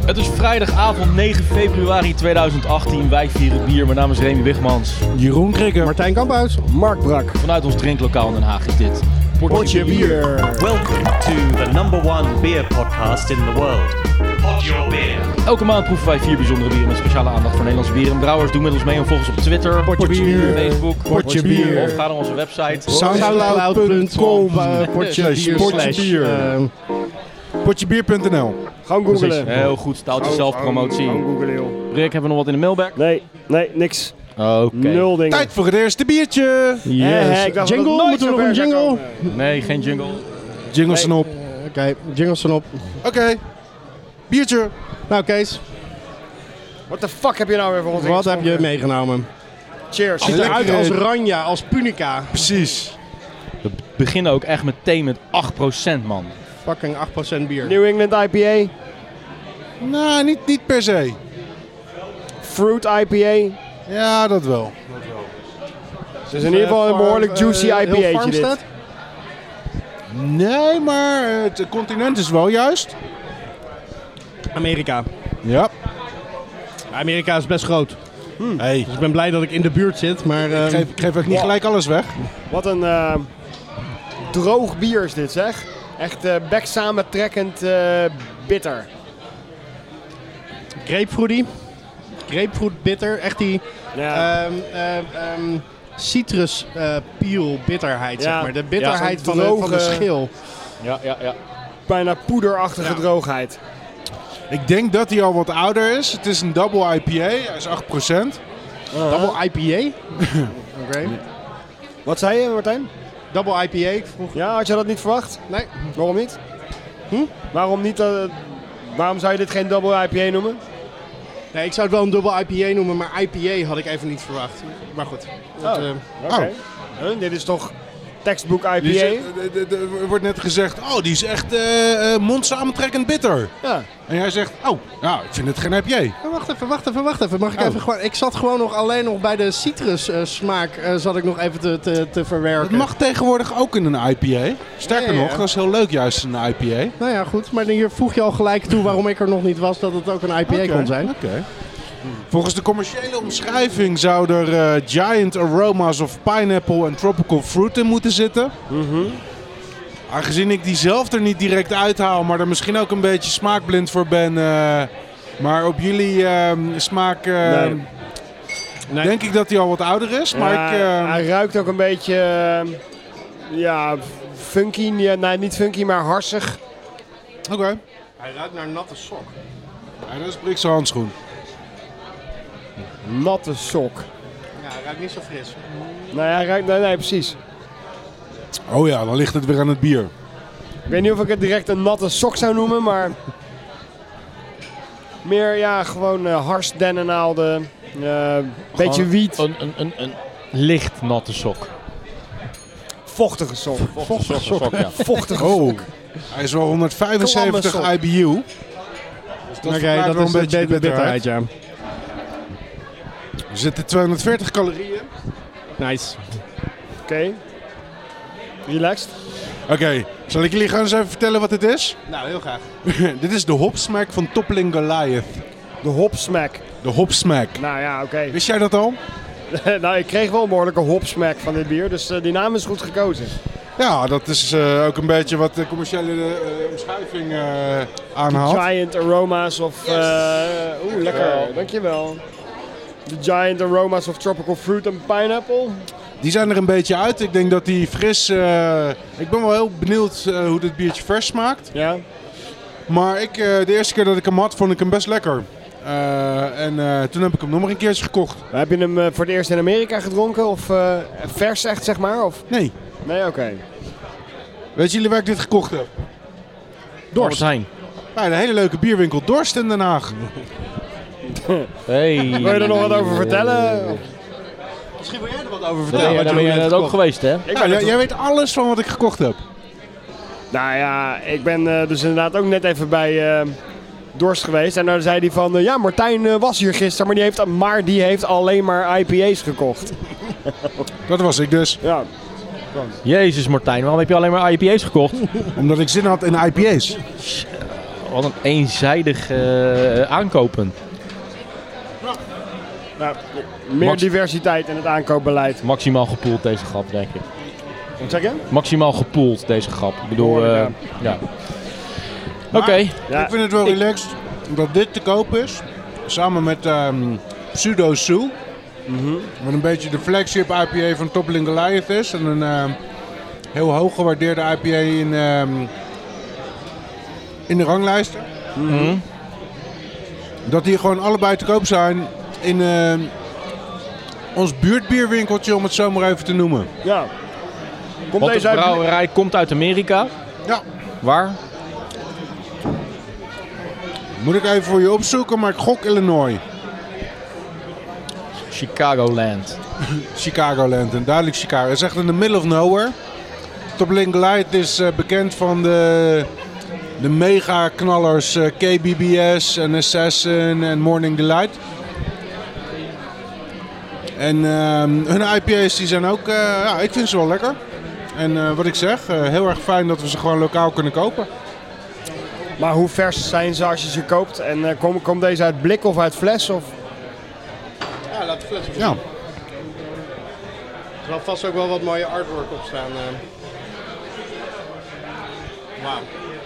Het is vrijdagavond 9 februari 2018. Wij vieren bier. Mijn naam is Remy Wigmans. Jeroen Krikker. Martijn Kamphuis. Mark Brak. Vanuit ons drinklokaal in Den Haag is dit Potje Bier. Welcome to the number one beer podcast in the world. Pod Your Beer. Elke maand proeven wij 4 bijzondere bieren met speciale aandacht voor Nederlandse bieren en brouwers. Doe met ons mee en volg ons op Twitter, Potje Bier, Facebook, Potje Bier. Of ga naar onze website. Soundcloud.com Potjebier.nl. Gewoon googlen. Heel goed, staaltje zelfpromotie. Gewoon googlen, joh. Rick, hebben we nog wat in de mailbag? Nee, niks. Oké. 0 dingen. Tijd voor het eerste biertje. Yes. ik dacht dat het Jingle, nooit moeten we nog zo een ver zou jingle? komen. Nee, geen jingle. Jingles zijn op. Oké, jingles zijn op. Oké. Biertje. Nou Kees, What the fuck heb je nou weer voor ons wat heb je ingeschonken? meegenomen? Cheers. Ziet eruit lekker, als Ranja, als Punica. Precies. We beginnen ook echt meteen met 8%, man. Fucking 8% bier. New England IPA. Nou, niet per se. Fruit IPA. Ja, dat wel. Dus in ieder geval een behoorlijk juicy IPA'tje dit. Farmstead? Nee, maar het continent is wel juist. Amerika. Ja. Amerika is best groot. Hey, Dus ik ben blij dat ik in de buurt zit, maar... ik geef ook niet gelijk alles weg. Wat een droog bier is dit, zeg. Echt bek samentrekkend bitter. Grapefruit bitter. Echt die Ja. citrus peel bitterheid, Ja. zeg maar. De bitterheid Ja, van, zo'n van de droge- schil. Ja. Bijna poederachtige Ja. droogheid. Ik denk dat hij al wat ouder is. Het is een double IPA. Hij is 8%. Double IPA? Oké. Wat zei je, Martijn? Double IPA, ik vroeg... Ja, had je dat niet verwacht? Nee. Waarom niet? Waarom niet? Waarom zou je dit geen double IPA noemen? Nee, ik zou het wel een double IPA noemen, maar IPA had ik even niet verwacht. Maar goed. Dat, Oké. Dit is toch textbook IPA? Die is, er wordt net gezegd, oh, die is echt mondsamentrekkend bitter. Ja. En jij zegt, oh, nou, ik vind het geen IPA. Wacht even. Mag ik even gewoon... Ik zat gewoon nog alleen nog bij de citrus smaak zat ik nog even te verwerken. Het mag tegenwoordig ook in een IPA. Sterker Ja. nog, dat is heel leuk juist in een IPA. Nou ja, goed. Maar hier voeg je al gelijk toe waarom ik er nog niet was dat het ook een IPA kon zijn. Oké. Volgens de commerciële omschrijving zou er giant aromas of pineapple en tropical fruit in moeten zitten. Aangezien ik die zelf er niet direct uithaal, maar er misschien ook een beetje smaakblind voor ben. Maar op jullie smaak Nee. denk ik dat hij al wat ouder is. Maar Hij ruikt ook een beetje funky. Nee, niet funky, maar harsig. Oké. Hij ruikt naar natte sok. Ja, dat is Brikse handschoen. Natte sok. Ja, hij ruikt niet zo fris. Nou ja, hij ruikt... Nee, precies. Oh ja, dan ligt het weer aan het bier. Ik weet niet of ik het direct een natte sok zou noemen, maar... Meer, gewoon hars, dennennaalden, beetje wiet, Een licht natte sok. vochtige sok. Vochtige sok, ja. Vochtige Oh, sok. hij is wel 175 Klamme sok. IBU. Dus dat Oké, verklaart dat wel is een beetje de bitterheid, ja. Er zitten 240 calorieën. Nice. Oké. Relaxed. Oké, zal ik jullie gewoon eens even vertellen wat dit is? Nou, heel graag. Dit is de hopsmack van Toppling Goliath. De hopsmack. De hopsmack. Nou ja, oké. Wist jij dat al? Nou, ik kreeg wel een behoorlijke hopsmack van dit bier, dus die naam is goed gekozen. Ja, dat is ook een beetje wat de commerciële omschrijving aanhaalt. Giant aromas of... lekker. Dankjewel. The giant aromas of tropical fruit and pineapple. Die zijn er een beetje uit. Ik denk dat die fris... ik ben wel heel benieuwd hoe dit biertje vers smaakt. Ja. Maar de eerste keer dat ik hem had, vond ik hem best lekker. Toen heb ik hem nog maar een keertje gekocht. Heb je hem voor het eerst in Amerika gedronken? Of vers echt, zeg maar? Of... Nee. Nee, oké. Weet jullie waar ik dit gekocht heb? Dorst. Bij een hele leuke bierwinkel Dorst in Den Haag. Hey. Wil je er nog wat over vertellen? Misschien wil jij er wat over Ja, vertellen. daar ben je net ook geweest, hè? Jij weet alles van wat ik gekocht heb. Nou ja, ik ben dus inderdaad ook net even bij Dorst geweest. En daar zei hij van, ja, Martijn was hier gisteren, maar die heeft alleen maar IPA's gekocht. Dat was ik dus. Ja. Jezus Martijn, waarom heb je alleen maar IPA's gekocht? Omdat ik zin had in IPA's. wat een eenzijdig aankopen. Nou, meer diversiteit in het aankoopbeleid. Maximaal gepoeld deze grap, denk ik. Wat zeg je? Maximaal gepoeld deze grap. Ik bedoel, Ja. ja. Maar Oké. Ja, ik vind het wel relaxed dat dit te koop is. Samen met Pseudo Sue. Wat een beetje de flagship IPA van Toppling Goliath is. En een heel hoog gewaardeerde IPA in de ranglijsten. Dat die gewoon allebei te koop zijn in ons buurtbierwinkeltje, om het zo maar even te noemen. ja. Komt Want de deze uit... brouwerij komt uit Amerika. Ja, Waar? moet ik even voor je opzoeken, maar ik gok Illinois. Chicagoland. Chicagoland, en duidelijk Chicago. Het is echt in the middle of nowhere. Toppling Goliath is bekend van de mega knallers KBBS en Assassin en Morning Delight. En hun IPA's die zijn ook, ja, ik vind ze wel lekker. En wat ik zeg, heel erg fijn dat we ze gewoon lokaal kunnen kopen. Maar hoe vers zijn ze als je ze koopt? En komt deze uit blik of uit fles? Of... Ja, laat de fles op. Ja, Er zal vast ook wel wat mooie artwork op staan. Wauw.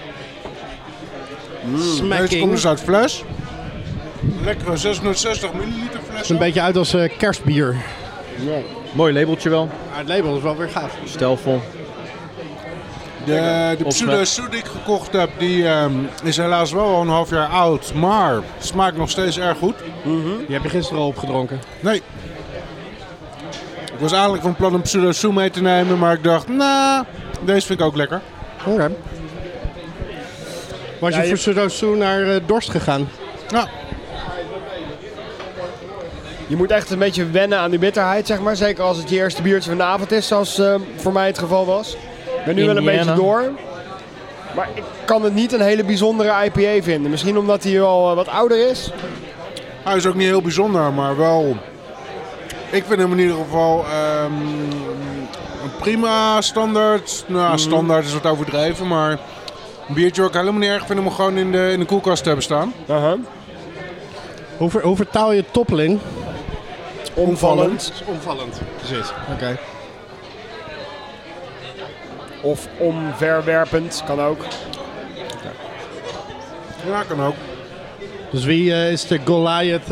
deze komt dus uit fles. Lekkere 660 milliliter fles. Het is een beetje uit als kerstbier. Mooi labeltje wel. Maar het label is wel weer gaaf. Stijlvol. De Pseudo Sue die ik gekocht heb, die is helaas wel al een half jaar oud. Maar smaakt nog steeds erg goed. Die heb je gisteren al opgedronken. Nee. Ik was eigenlijk van plan om Pseudo Sue mee te nemen, maar ik dacht, nou, deze vind ik ook lekker. Oké. Was je voor Pseudo Sue naar Dorst gegaan? Ja, Je moet echt een beetje wennen aan die bitterheid, zeg maar. Zeker als het je eerste biertje van de avond is, zoals voor mij het geval was. Ik ben nu wel een Indiana. beetje door. Maar ik kan het niet een hele bijzondere IPA vinden. Misschien omdat hij al wat ouder is. hij is ook niet heel bijzonder, maar wel... Ik vind hem in ieder geval een prima standaard. Nou, standaard is wat overdreven, maar... Een biertje ook helemaal niet erg vind om hem gewoon in de koelkast te hebben staan. Hoe vertaal je toppling? Omvallend. Omvallend. Precies. Oké. Of omverwerpend, kan ook. Ja, kan ook. Dus wie is de Goliath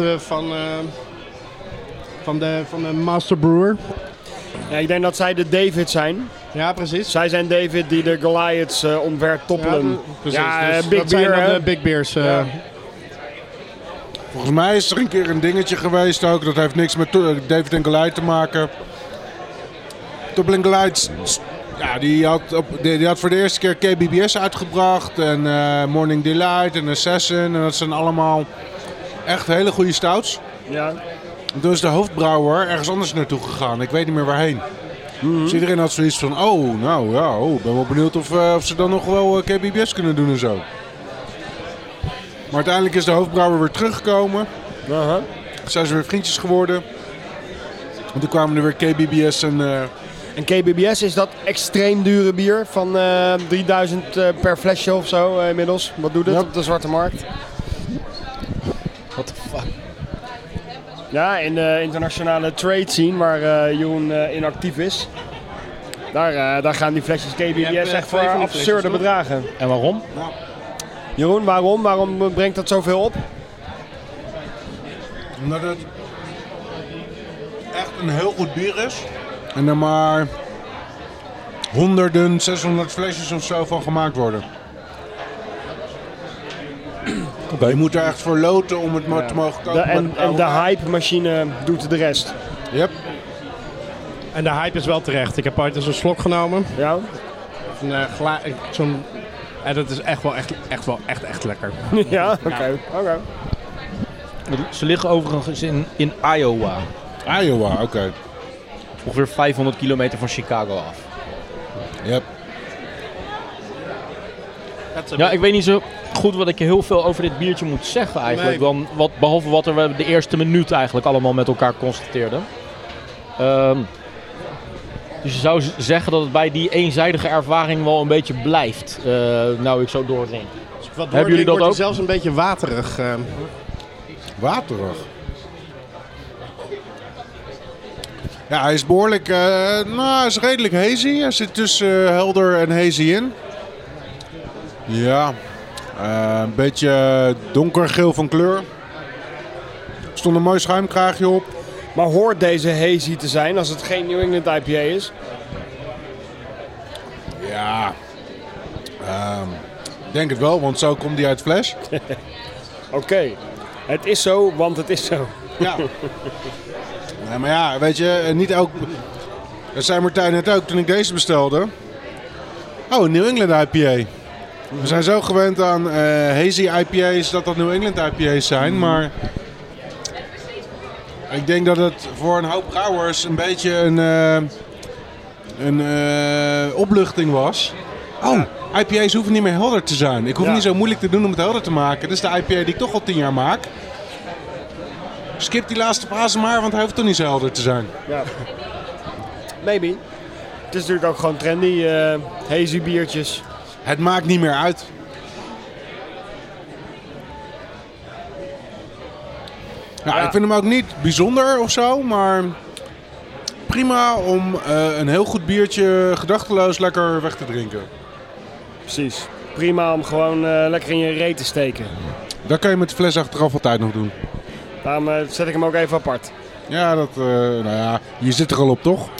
van de Master Brewer? Ja, ik denk dat zij de David zijn. Ja, precies. Zij zijn David die de Goliaths omver toppelen. Precies. Ja, Dus Big dat zijn Beer, dan hè? de Big Beers. Ja. Volgens mij is er een keer een dingetje geweest ook. Dat heeft niks met David en Goliath te maken. Toppling Goliath, ja, die had voor de eerste keer KBBS uitgebracht. En Morning Delight en Assassin. En dat zijn allemaal echt hele goede stouts. Ja. Toen is de hoofdbrouwer ergens anders naartoe gegaan. Ik weet niet meer waarheen. Dus iedereen had zoiets van, oh, nou ja, ik ben wel benieuwd of ze dan nog wel KBBS kunnen doen en zo. Maar uiteindelijk is de hoofdbrouwer weer teruggekomen. Zijn ze weer vriendjes geworden. En toen kwamen er weer KBBS en... En KBBS is dat extreem dure bier van 3000 per flesje of zo inmiddels. Wat doet het Ja. op de zwarte markt? What the fuck? Ja, in de internationale trade scene waar Jeroen in actief is. Daar gaan die flesjes Je KBBS hebt, echt twee voor van die absurde flesjes, toch? bedragen. En waarom? Jeroen, waarom? Waarom brengt dat zoveel op? Omdat het echt een heel goed bier is. En er maar 600 flesjes of zo van gemaakt worden. Je moet er echt voor loten om het maar te mogen kopen. En de hype-machine doet de rest. Yep. En de hype is wel terecht. Ik heb ooit eens een slok genomen. Ja? En dat is echt lekker. Ja? Oké. Ze liggen overigens in Iowa. Iowa, oké. Ongeveer 500 kilometer van Chicago af. Yep. Ja, ik weet niet zo goed wat ik heel veel over dit biertje moet zeggen eigenlijk. Nee. Dan, behalve wat we de eerste minuut eigenlijk allemaal met elkaar constateerden. Dus je zou zeggen dat het bij die eenzijdige ervaring wel een beetje blijft. Nou, ik zo doordrink. wat Hebben jullie dat wordt ook? het zelfs een beetje waterig. Waterig. Ja, hij is behoorlijk... hij is redelijk hazy. Hij zit tussen helder en hazy in. Ja. Een beetje donkergeel van kleur. Er stond een mooi schuimkraagje op. Maar hoort deze hazy te zijn als het geen New England IPA is? Ja. Ik denk het wel, want zo komt hij uit fles. Oké. Het is zo, want het is zo. Ja. Nee, maar ja, weet je, niet elk... Dat zei Martijn net ook toen ik deze bestelde. Oh, een New England IPA. We zijn zo gewend aan hazy IPA's dat New England IPA's zijn, maar... Ik denk dat het voor een hoop brouwers een beetje een opluchting was. Oh, IPA's hoeven niet meer helder te zijn. Ik hoef niet zo moeilijk te doen om het helder te maken. Dit is de IPA die ik toch al 10 jaar maak. Skip die laatste fase maar, want hij hoeft toch niet zo helder te zijn. Ja. Maybe. Het is natuurlijk ook gewoon trendy, hazy biertjes. Het maakt niet meer uit. Ja, ik vind hem ook niet bijzonder of zo, maar prima om een heel goed biertje gedachteloos lekker weg te drinken. Precies. Prima om gewoon lekker in je reet te steken. Dat kan je met de fles achteraf altijd nog doen. Daarom zet ik hem ook even apart. Ja, je zit er al op, toch?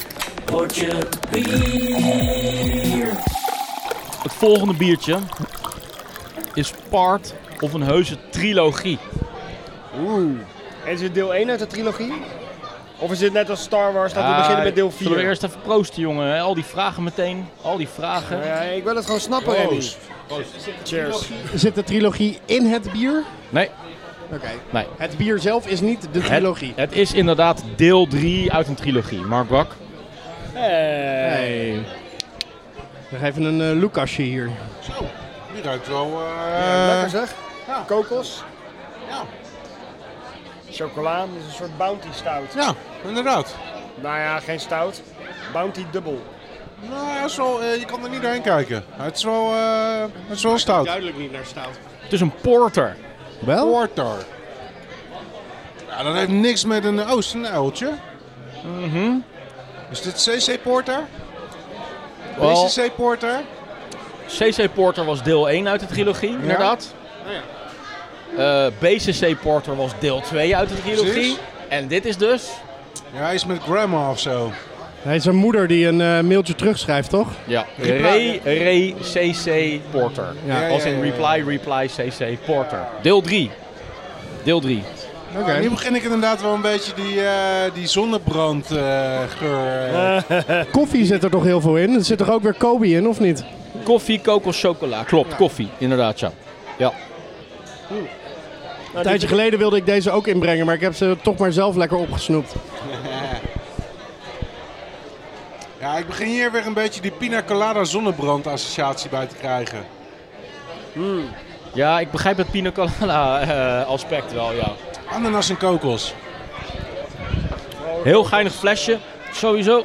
Het volgende biertje is part of een heuse trilogie. En is het deel 1 uit de trilogie? Of is het net als Star Wars dat we beginnen met deel 4? Zullen we eerst even proosten, jongen? Al die vragen meteen. Al die vragen. Ja, ik wil het gewoon snappen, Remy. Cheers. Zit de trilogie in het bier? Nee. Oké. Nee. Het bier zelf is niet de trilogie. Het is inderdaad deel 3 uit een trilogie. Mark Wak. Hey. Nog even een Lucasje hier. Zo, die ruikt wel... Lekker zeg. Ja. Kokos. Ja. Chocola. Dit is een soort bounty stout. Ja, inderdaad. Nou ja, geen stout. Bounty dubbel. Nou, je kan er niet doorheen kijken. Het is wel stout. Duidelijk niet naar stout. Het is een porter. Wel? Porter. Ja, dat heeft niks met een... Oh, is het een uiltje? Is dit CC Porter? Wel, BCC Porter? CC Porter was deel 1 uit de trilogie, inderdaad. BCC Porter was deel 2 uit de trilogie. Precies. En dit is dus... Ja, hij is met grandma of zo. Hij is een moeder die een mailtje terugschrijft, toch? Ja, Ray CC Porter. Ja. Als in reply CC Porter. Deel 3. Deel 3. Oké. Nu begin ik inderdaad wel een beetje die zonnebrandgeur. Koffie zit er toch heel veel in? Er zit toch ook weer Kobe in, of niet? Koffie, kokos, chocola. Klopt, koffie. Inderdaad, ja. Ja. Een tijdje geleden wilde ik deze ook inbrengen, maar ik heb ze toch maar zelf lekker opgesnoept. Ja, ik begin hier weer een beetje die pina colada zonnebrand associatie bij te krijgen. Ja, ik begrijp het pina colada aspect wel, ja. Ananas en kokos. Heel geinig flesje, sowieso.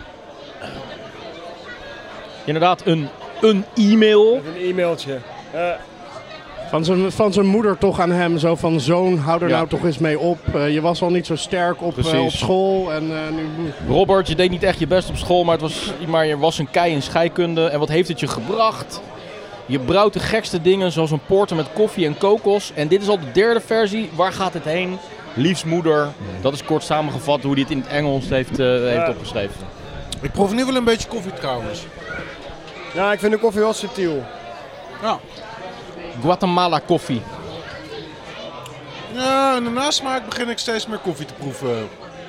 Inderdaad, een e-mail. Even een e-mailtje. Van zijn moeder toch aan hem, zo van zoon, hou er Ja. nou toch eens mee op. Je was al niet zo sterk op school en nu... Robert, je deed niet echt je best op school, maar je was een kei in scheikunde. En wat heeft het je gebracht? Je brouwt de gekste dingen, zoals een porter met koffie en kokos. En dit is al de 3e versie. Waar gaat het heen? Liefsmoeder. Dat is kort samengevat hoe hij het in het Engels heeft opgeschreven. Ik proef nu wel een beetje koffie trouwens. Ja, ik vind de koffie wel subtiel. Ja. Guatemala koffie. Ja, en daarna smaak begin ik steeds meer koffie te proeven.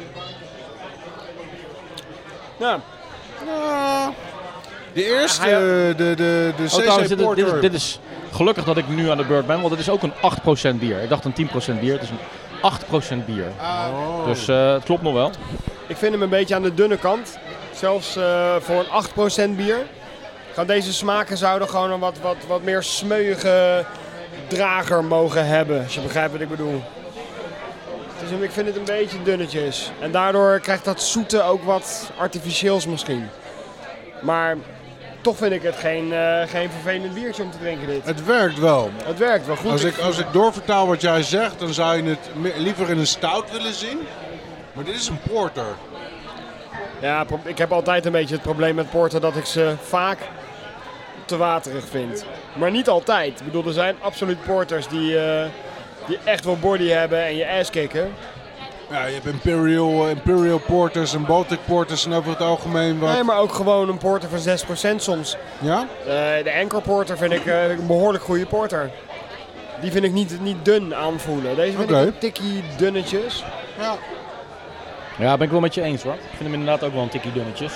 Ja. Ja. De eerste, de CC Trouwens, Porter. dit is gelukkig dat ik nu aan de beurt ben, want het is ook een 8% bier. Ik dacht een 10% bier, het is een 8% bier. Dus het klopt nog wel. Ik vind hem een beetje aan de dunne kant. Zelfs voor een 8% bier. Gewoon deze smaken zouden gewoon een wat meer smeuïge drager mogen hebben. Als je begrijpt wat ik bedoel. Ik vind het een beetje dunnetjes. En daardoor krijgt dat zoete ook wat artificieels misschien. Maar toch vind ik het geen vervelend biertje om te drinken dit. Het werkt wel. Het werkt wel goed. Als ik doorvertaal wat jij zegt, dan zou je het liever in een stout willen zien. Maar dit is een porter. Ja, ik heb altijd een beetje het probleem met porter dat ik ze vaak te waterig vind. Maar niet altijd. Ik bedoel, er zijn absoluut porters die echt wel body hebben en je ass kicken. Ja, je hebt Imperial Porters en Baltic Porters en over het algemeen wat... Nee, maar ook gewoon een porter van 6% soms. Ja? De Anchor Porter vind ik een behoorlijk goede porter. Die vind ik niet dun aanvoelen. Deze vind ik een tikkie dunnetjes. Ja. Ja, ben ik wel met je eens hoor. Ik vind hem inderdaad ook wel een tikkie dunnetjes.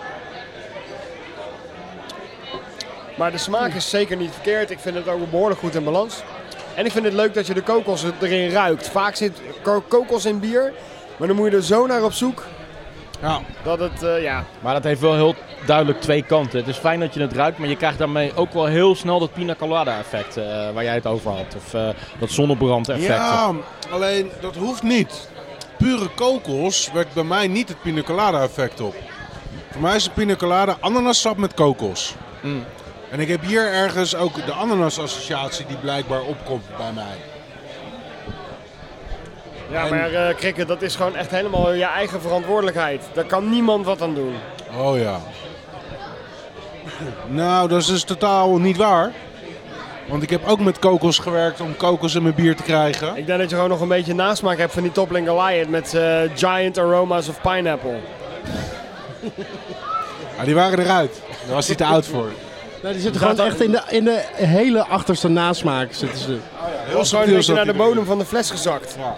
Maar de smaak is zeker niet verkeerd. Ik vind het ook behoorlijk goed in balans. En ik vind het leuk dat je de kokos erin ruikt. Vaak zit kokos in bier, maar dan moet je er zo naar op zoek. Ja. Dat het, ja. Maar dat heeft wel heel duidelijk twee kanten. Het is fijn dat je het ruikt, maar je krijgt daarmee ook wel heel snel dat pina colada effect waar jij het over had. Of dat zonnebrand effect. Ja, alleen dat hoeft niet. Pure kokos wekt bij mij niet het pina colada effect op. Voor mij is het pina colada ananassap met kokos. Mm. En ik heb hier ergens ook de ananas-associatie die blijkbaar opkomt bij mij. Ja, maar Krikke, dat is gewoon echt helemaal je eigen verantwoordelijkheid. Daar kan niemand wat aan doen. Oh ja. Nou, dat is dus totaal niet waar. Want ik heb ook met kokos gewerkt om kokos in mijn bier te krijgen. Ik denk dat je gewoon nog een beetje nasmaak hebt van die Toppling Goliath met Giant Aromas of Pineapple. Ja, die waren eruit. Daar was hij te oud voor. Nou, die zitten gewoon echt in de hele achterste nasmaak. Zitten ze. Heel Gewoon een beetje naar de bodem van de fles gezakt. Ja.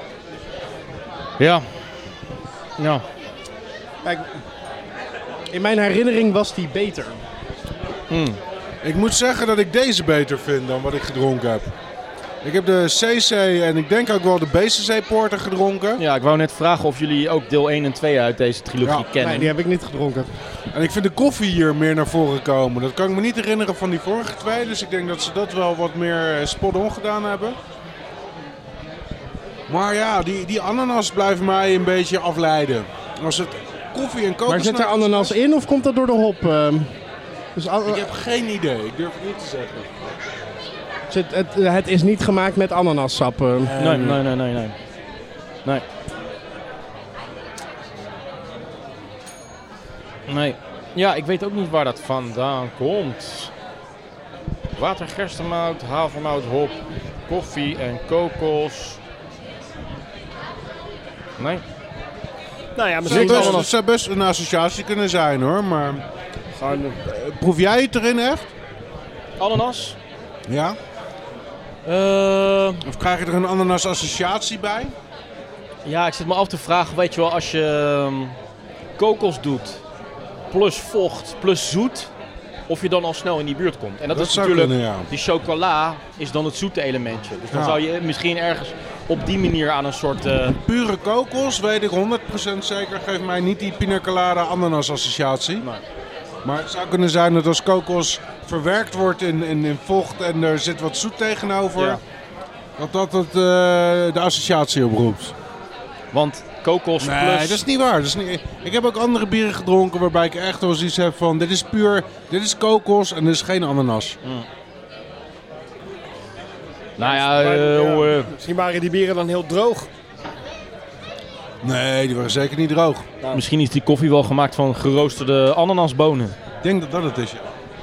Ja. Ja. Kijk, in mijn herinnering was die beter. Ik moet zeggen dat ik deze beter vind dan wat ik gedronken heb. Ik heb de CC en ik denk ook wel de BCC Porter gedronken. Ja, ik wou net vragen of jullie ook deel 1 en 2 uit deze trilogie kennen. Nee, die heb ik niet gedronken. En ik vind de koffie hier meer naar voren komen. Dat kan ik me niet herinneren van die vorige twee. Dus ik denk dat ze dat wel wat meer spot-on gedaan hebben. Maar ja, die ananas blijft mij een beetje afleiden. Als het koffie en kokos... Maar zit er ananas in of komt dat door de hop? Dus Ik heb geen idee. Ik durf het niet te zeggen. het is niet gemaakt met ananassap. Nee. Nee. Ja, ik weet ook niet waar dat vandaan komt. Water, gerstemout, havermout, hop, koffie en kokos. Nee. Nou ja, Het misschien zou best een associatie kunnen zijn hoor, maar... gewoon... Proef jij het erin echt? Ananas? Ja? Of krijg je er een ananas-associatie bij? Ja, ik zit me af te vragen, weet je wel, als je kokos doet, plus vocht, plus zoet, of je dan al snel in die buurt komt. En dat is zou natuurlijk, kunnen, ja. die chocola is dan het zoete elementje. Dus dan Ja. zou je misschien ergens op die manier aan een soort... Pure kokos, weet ik 100% zeker, geeft mij niet die pina colada ananas-associatie. Nee. Maar het zou kunnen zijn dat als kokos verwerkt wordt in vocht en er zit wat zoet tegenover, Ja. dat de associatie oproept. Want kokos Nee, plus... dat is niet waar. Dat is niet... Ik heb ook andere bieren gedronken waarbij ik echt wel zoiets heb van, dit is puur, dit is kokos en dit is geen ananas. Nou ja, Misschien waren die bieren dan heel droog. Nee, die waren zeker niet droog. misschien is die koffie wel gemaakt van geroosterde ananasbonen. Ik denk dat dat het is, ja.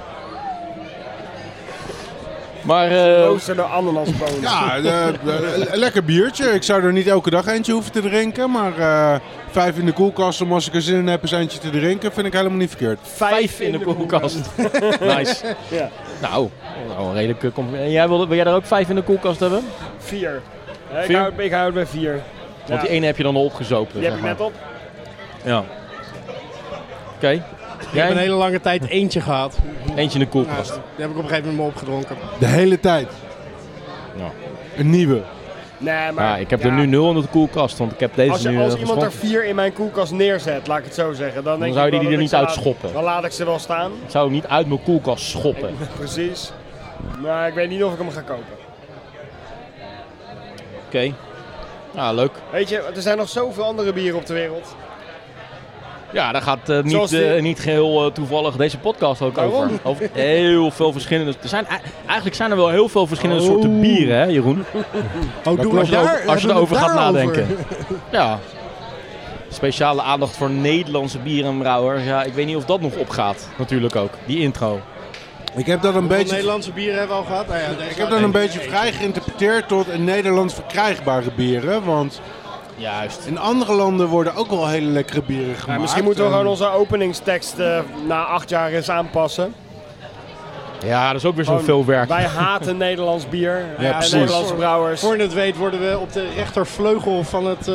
Maar Roosterde ananasbonen. Ja, een lekker biertje. Ik zou er niet elke dag eentje hoeven te drinken. Maar 5 in de koelkast om als ik er zin in heb eens eentje te drinken, vind ik helemaal niet verkeerd. 5 in de koelkast. Nice. Ja. Nou, een redelijke compliment. Wil jij er ook 5 in de koelkast hebben? 4. Vier? Ik hou het bij 4. Want die ene heb je dan al opgezopen. Die heb ik net op. Ja. Oké. Ik heb een Jij? hele lange tijd eentje gehad. Eentje in de Nou, koelkast. die heb ik op een gegeven moment maar opgedronken. De hele tijd. Ja. Een nieuwe. Nee, maar Ja, ik heb er nu 0 in de koelkast, want ik heb deze Als nu iemand er geschonken. 4 in mijn koelkast neerzet, laat ik het zo zeggen, dan, denk zou je ik die wel er dat niet ik ze uitschoppen. Dan laat ik ze wel staan. Ik zou hem niet uit mijn koelkast schoppen. Precies. Maar ik weet niet of ik hem ga kopen. Oké. Ja, leuk. Weet je, er zijn nog zoveel andere bieren op de wereld. Ja, daar gaat Zoals niet geheel toevallig deze podcast ook over. Over heel veel verschillende... Eigenlijk zijn er wel heel veel verschillende soorten bieren, hè Jeroen? Als je erover gaat nadenken. Ja. Speciale aandacht voor Nederlandse bierenbrouwers. Ja, ik weet niet of dat nog opgaat. Natuurlijk ook, die intro. Ik heb dat een beetje... Nederlandse bieren hebben we al gehad. Ik heb dat een beetje vrij geïnterpreteerd tot in Nederland verkrijgbare bieren. Want Juist. in andere landen worden ook wel hele lekkere bieren gemaakt. Ja, misschien moeten we gewoon onze openingstekst na 8 jaar eens aanpassen. Ja, dat is ook weer zoveel werk. Wij haten Nederlands bier en precies. Nederlandse brouwers. Voor je het weet worden we op de rechtervleugel van het...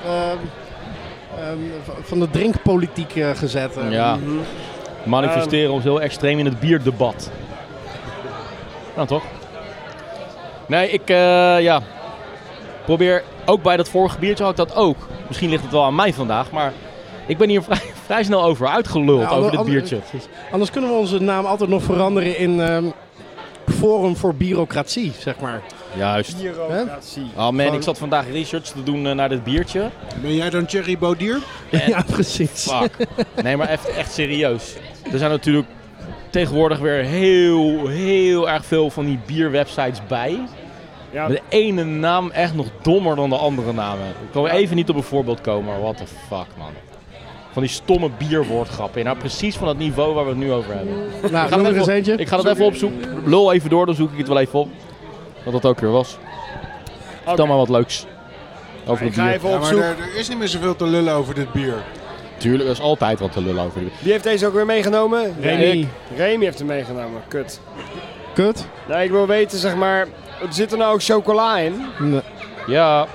van de drinkpolitiek gezet. Ja. Manifesteren ons heel extreem in het bierdebat. Nou toch? Nee, ik probeer... Ook bij dat vorige biertje had ik dat ook. Misschien ligt het wel aan mij vandaag, maar... Ik ben hier vrij snel over uitgeluld over dit biertje. Anders kunnen we onze naam altijd nog veranderen in Forum voor Bureaucratie, zeg maar. Juist. Bureaucratie. Oh man, ik zat vandaag research te doen naar dit biertje. Ben jij dan Thierry Baudier? Ja, precies. Fuck. Nee, maar echt serieus. Er zijn natuurlijk tegenwoordig weer heel erg veel van die bierwebsites bij. Ja. De ene naam echt nog dommer dan de andere namen. Ik kan even niet op een voorbeeld komen, maar what the fuck, man. Van die stomme bierwoordgrappen. Nou, precies van het niveau waar we het nu over hebben. Nou, noem er eens eentje. Ik ga het even opzoeken. Lul even door, dan zoek ik het wel even op. Wat dat ook weer was. Vertel maar wat leuks over het Ik ga bier. even Ja, maar opzoeken. er is niet meer zoveel te lullen over dit bier. Tuurlijk, er is altijd wat te lullen over dit bier. Wie heeft deze ook weer meegenomen? Remy. Remy heeft hem meegenomen. Kut. Kut. Nou, ik wil weten, zeg maar... Zit er nou ook chocola in? Nee. Ja,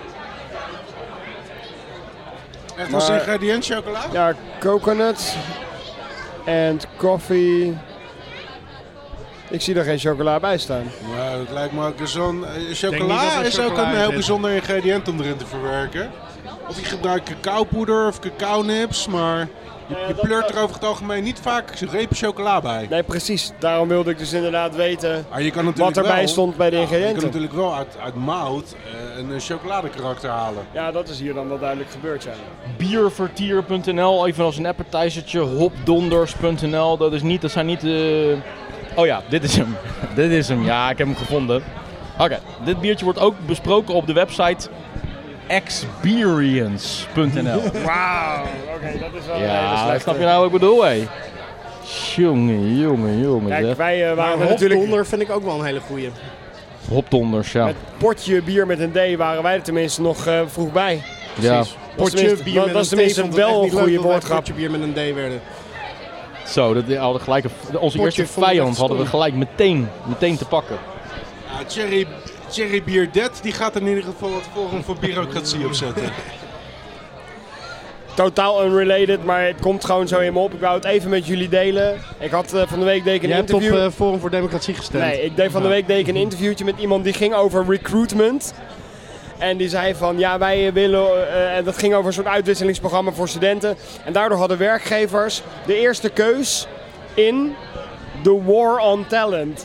Echt als ingrediënt chocola? Ja, coconut en koffie. Ik zie er geen chocola bij staan. Nou, dat lijkt me ook zo'n... niet dat chocola er is ook chocola een in heel zit. bijzonder ingrediënt om erin te verwerken. Of je gebruikt cacaopoeder of cacaonips, maar je pleurt er over het algemeen niet vaak repen chocola bij. Nee, precies. Daarom wilde ik dus inderdaad weten Maar je kan natuurlijk wat erbij wel, stond bij de Je kan ingrediënten. natuurlijk wel uit mout een chocoladekarakter halen. Ja, dat is hier dan wel duidelijk gebeurd, ja. biervertier.nl, even als een appetizertje. Hopdonders.nl, dat zijn niet de... Oh ja, dit is hem. Dit is hem, ja, ik heb hem gevonden. Oké, dit biertje wordt ook besproken op de website experience.nl. Wauw, oké, dat is wel een hele Ja, slechte. snap je nou wat ik bedoel, hé? Jongen. Kijk, zeg. wij waren er natuurlijk... Hopdonder vind ik ook wel een hele goeie. Hopdonders, ja. Met potje bier met een D waren wij er tenminste nog vroeg bij. Ja, Dat is Potje tenminste- bier met dat is een tenminste T vond ik echt wel een niet leuk goede dat wij woordgrap. Potje bier met een D werden. zo, dat hadden gelijk onze Potje eerste vond ik echt vijand hadden we stom. gelijk meteen te pakken. Ja, Cherry Beer Dead, die gaat in ieder geval het Forum voor Bureaucratie opzetten. Totaal unrelated, maar het komt gewoon zo in me op. Ik wou het even met jullie delen. Ik had van de week deed ik een Jij hebt op interview. Forum voor Democratie gestemd. Nee, ik deed van de week een interviewtje met iemand die ging over recruitment. En die zei van, ja, wij willen... en dat ging over een soort uitwisselingsprogramma voor studenten. En daardoor hadden werkgevers de eerste keus in The War on Talent.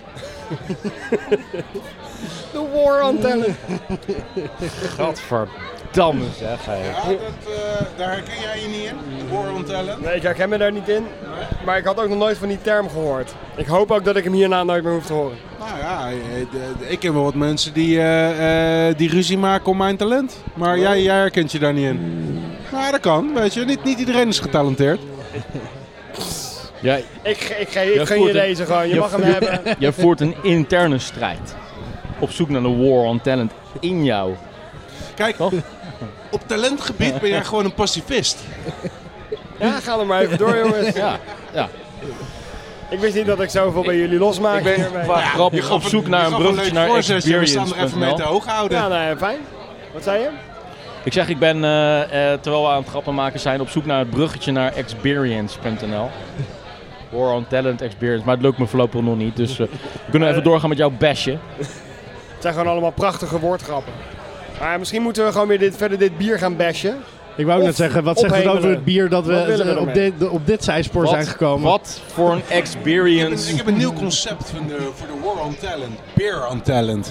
The War on Talent. Gadverdamme zeg, hé. Ja, daar herken jij je niet in, de War on Talent. Nee, ik herken me daar niet in. Maar ik had ook nog nooit van die term gehoord. Ik hoop ook dat ik hem hierna nooit meer hoef te horen. Nou ja, ik ken wel wat mensen die ruzie maken om mijn talent. Maar jij herkent je daar niet in. Nou, dat kan, weet je. Niet iedereen is getalenteerd. Ja, Ik gun je deze gewoon, je mag hem hebben. jij voert een interne strijd. Op zoek naar de war on talent in jou. Kijk, Toch? op talentgebied ben jij gewoon een pacifist. Ja, ga er maar even door, jongens. Ja. Ik wist niet dat ik zoveel bij jullie losmaak. Ik ben hiermee. grappig op zoek naar een bruggetje naar We staan er even mee te experience.nl. hoog houden. Ja, nou, fijn. Wat zei je? Ik zeg, ik ben, terwijl we aan het grappen maken zijn, op zoek naar het bruggetje naar experience.nl. War on talent experience, maar het lukt me voorlopig nog niet. Dus we kunnen even doorgaan met jouw basje. Het zijn gewoon allemaal prachtige woordgrappen. Maar misschien moeten we gewoon weer verder dit bier gaan bashen. Ik wou Of net zeggen, wat zegt het ophemelen. over het bier dat Wat willen we we ermee? op dit zijspoor zijn gekomen? Wat voor een experience. Ik heb een nieuw concept voor de War on Talent. Beer on Talent.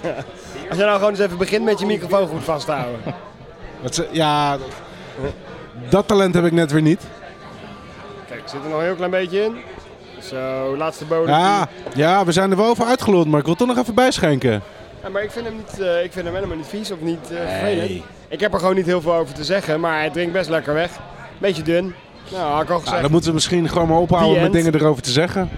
Als je nou gewoon eens even begint met je microfoon goed vast te houden. Ja, Dat talent heb ik net weer niet. Kijk, ik zit er nog een heel klein beetje in. Zo, laatste bodem. Ja, we zijn er wel over uitgeluld, maar ik wil toch nog even bijschenken. Ja, maar ik vind hem helemaal niet vies of niet vervelend. Ik heb er gewoon niet heel veel over te zeggen, maar hij drinkt best lekker weg. Beetje dun. Nou, had ik al gezegd. Dan moeten we misschien gewoon maar ophouden met dingen erover te zeggen.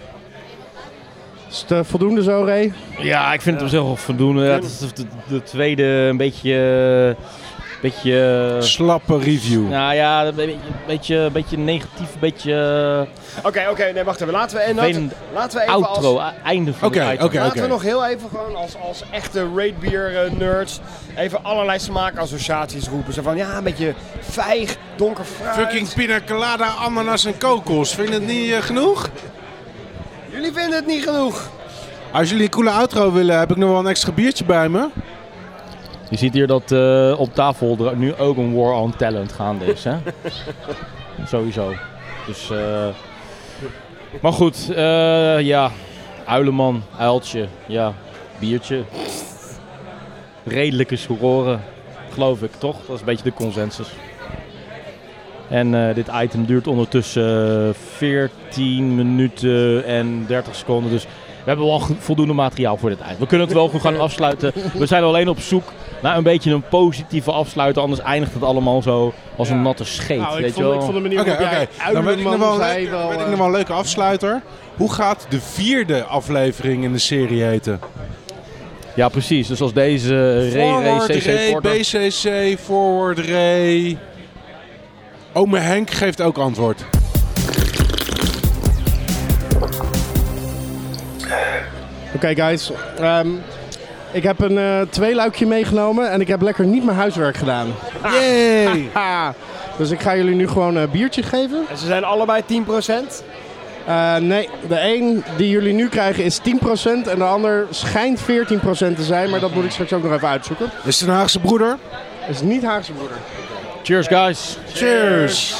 Is het voldoende zo, Ray? Ja, ik vind het op zich wel voldoende. Ja, het is de tweede een beetje slappe review. Nou ja, een beetje negatief, een beetje... Oké, nee, wacht even. Laten we even outro, einde van de item. Laten we nog heel even gewoon als echte raidbeer nerds even allerlei smaakassociaties roepen. Zo van, ja, een beetje vijg, donker fruit. Fucking pina colada, ananas en kokos. Vind je het niet genoeg? Jullie vinden het niet genoeg. Als jullie een coole outro willen, heb ik nog wel een extra biertje bij me. Je ziet hier dat op tafel er nu ook een war on talent gaande is, hè? Sowieso. Dus, maar goed, ja. Uilenman, uiltje, ja. Biertje. Redelijke suroren, geloof ik, toch? Dat is een beetje de consensus. En dit item duurt ondertussen 14 minuten en 30 seconden, dus... We hebben wel voldoende materiaal voor dit item. We kunnen het wel goed gaan afsluiten. We zijn alleen op zoek naar een beetje een positieve afsluiter. Anders eindigt het allemaal zo als een natte scheet. Nou, weet je wel? Ik vond de manier waarop jij Dan weet ik nog wel een leuke afsluiter. afsluiter. Hoe gaat de 4e aflevering in de serie heten? Ja, precies. Dus als deze Forward CC Ray, Porter... BCC, Forward Ray. Ome Henk geeft ook antwoord. Oké, guys. Ik heb een 2-luikje meegenomen en ik heb lekker niet mijn huiswerk gedaan. Yay! Dus ik ga jullie nu gewoon een biertje geven. En ze zijn allebei 10%. Nee, de een die jullie nu krijgen is 10% en de ander schijnt 14% te zijn. Maar dat moet ik straks ook nog even uitzoeken. Is het een Haagse broeder? Het is niet Haagse broeder. Cheers, guys. Cheers!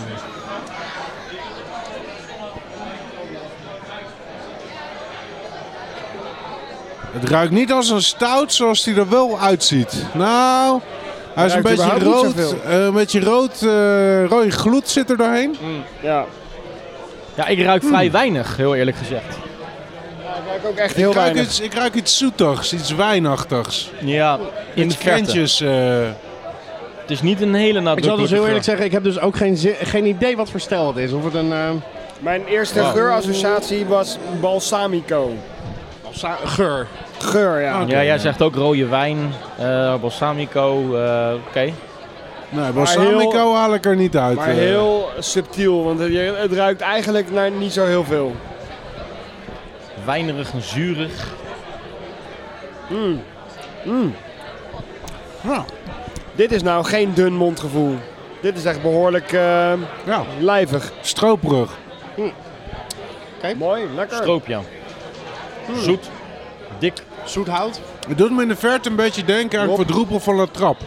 Het ruikt niet als een stout zoals hij er wel uitziet. Nou, hij is een beetje rood. Rode gloed zit er doorheen. Ja. Ja, ik ruik vrij weinig, heel eerlijk gezegd. Ja, ik ruik ook echt heel weinig. Ik ruik iets zoetigs, iets wijnachtigs. Ja, in de verte. Krentjes. Het is niet een hele nadrukkelijke Ik zal dus heel eerlijk geur. zeggen, ik heb dus ook geen idee wat voor stijl het is. Of het een... Mijn eerste geurassociatie was balsamico. Geur. Geur, ja. Ja, jij zegt ook rode wijn, balsamico, oké. Nee, balsamico haal ik er niet uit. Maar heel subtiel, want het ruikt eigenlijk naar niet zo heel veel. Wijnerig en zuurig. Ja. Dit is nou geen dun mondgevoel. Dit is echt behoorlijk lijvig. Stroperig. Mooi, lekker. Stroop, ja. Zoet, dik. Zoet hout. Het doet me in de verte een beetje denken aan een verdroepel van een trap.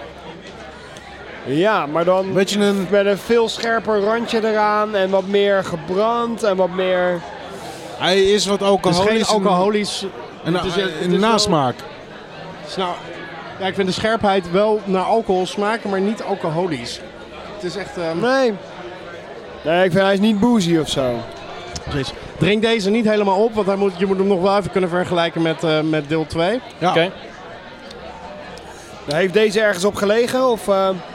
Ja, maar dan met een veel scherper randje eraan en wat meer gebrand en wat meer... Hij is wat alcoholisch. Het is geen alcoholisch... In de nasmaak. Nou, ja, ik vind de scherpheid wel naar alcohol smaken, maar niet alcoholisch. Het is echt... Nee, ik vind hij is niet boozy of zo. Precies. Drink deze niet helemaal op, want je moet hem nog wel even kunnen vergelijken met deel 2. Ja. Oké. Heeft deze ergens op gelegen? Of,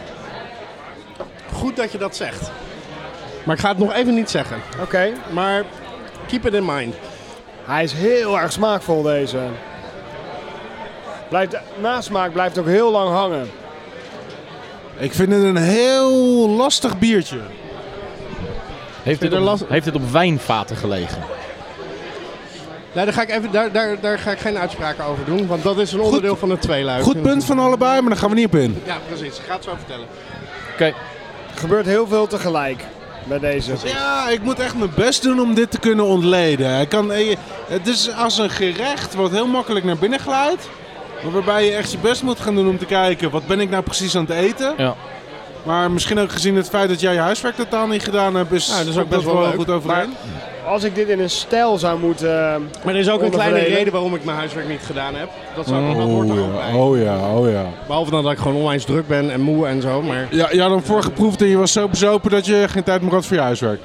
Goed dat je dat zegt. Maar ik ga het nog even niet zeggen. Oké. Maar keep it in mind. Hij is heel erg smaakvol, deze. Nasmaak blijft ook heel lang hangen. Ik vind het een heel lastig biertje. Heeft het op wijnvaten gelegen? Nee, daar ga ik geen uitspraken over doen, want dat is een onderdeel van het tweeluik. Goed punt van allebei, maar daar gaan we niet op in. Ja, precies. Ik ga het zo vertellen. Oké. Er gebeurt heel veel tegelijk bij deze. Ja, ik moet echt mijn best doen om dit te kunnen ontleden. Het is als een gerecht wat heel makkelijk naar binnen glijdt. Maar waarbij je echt je best moet gaan doen om te kijken, wat ben ik nou precies aan het eten? Ja. Maar misschien ook gezien het feit dat jij je huiswerk totaal niet gedaan hebt, is dat is ook best wel leuk. goed overeen. Als ik dit in een stijl zou moeten... Maar er is ook een kleine onderverdelen. reden waarom ik mijn huiswerk niet gedaan heb. Dat hoort er ook bij. Oh ja. Behalve dan dat ik gewoon onwijs druk ben en moe en zo. Maar Ja, je had hem voorgeproefd en je was zo bezopen dat je geen tijd meer had voor je huiswerk.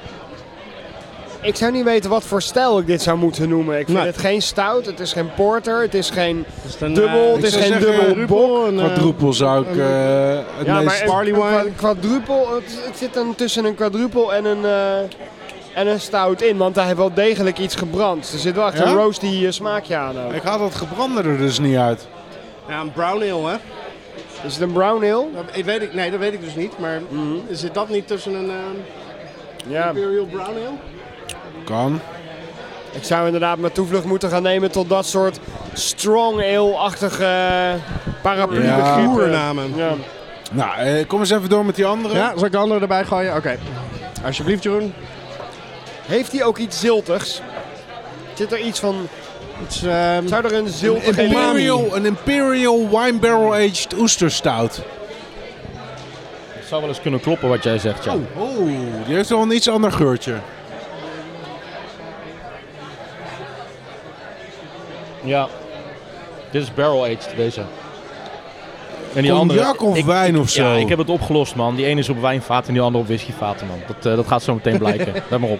Ik zou niet weten wat voor stijl ik dit zou moeten noemen. Ik vind Nee. het geen stout, het is geen porter, het is geen is het een, dubbel, het ik is zou geen zeggen, dubbel bok. Quadruple zou ik het Ja, meest... maar barley wine. een quadrupel, het zit dan tussen een quadrupel en een stout in. Want hij heeft wel degelijk iets gebrand. Er zit wel echt Ja? een roasty smaakje aan. Ook. Ik haal dat gebrande er dus niet uit. Ja, een brown ale, hè? Is het een brown ale? Nee, dat weet ik dus niet. Maar zit dat niet tussen een Ja. Imperial Brown Ale? Kan. Ik zou inderdaad mijn toevlucht moeten gaan nemen tot dat soort strong ale-achtige paraplu-begrippen. Ja. Oernamen. Ja. Nou, kom eens even door met die andere. Ja, zal ik de andere erbij gooien? Oké. Alsjeblieft, Jeroen. Heeft hij ook iets ziltigs? Zit er iets van... Iets, Zou er een ziltig element... Een Imperial Wine Barrel Aged Oesterstout. Het zou wel eens kunnen kloppen wat jij zegt, ja. Oh, die heeft wel een iets ander geurtje. Ja. Dit is barrel-aged, deze. En die Cognac of wijn of zo? Ja, ik heb het opgelost, man. Die ene is op wijnvaten en die andere op whiskyvaten, man. Dat gaat zo meteen blijken. Let maar op.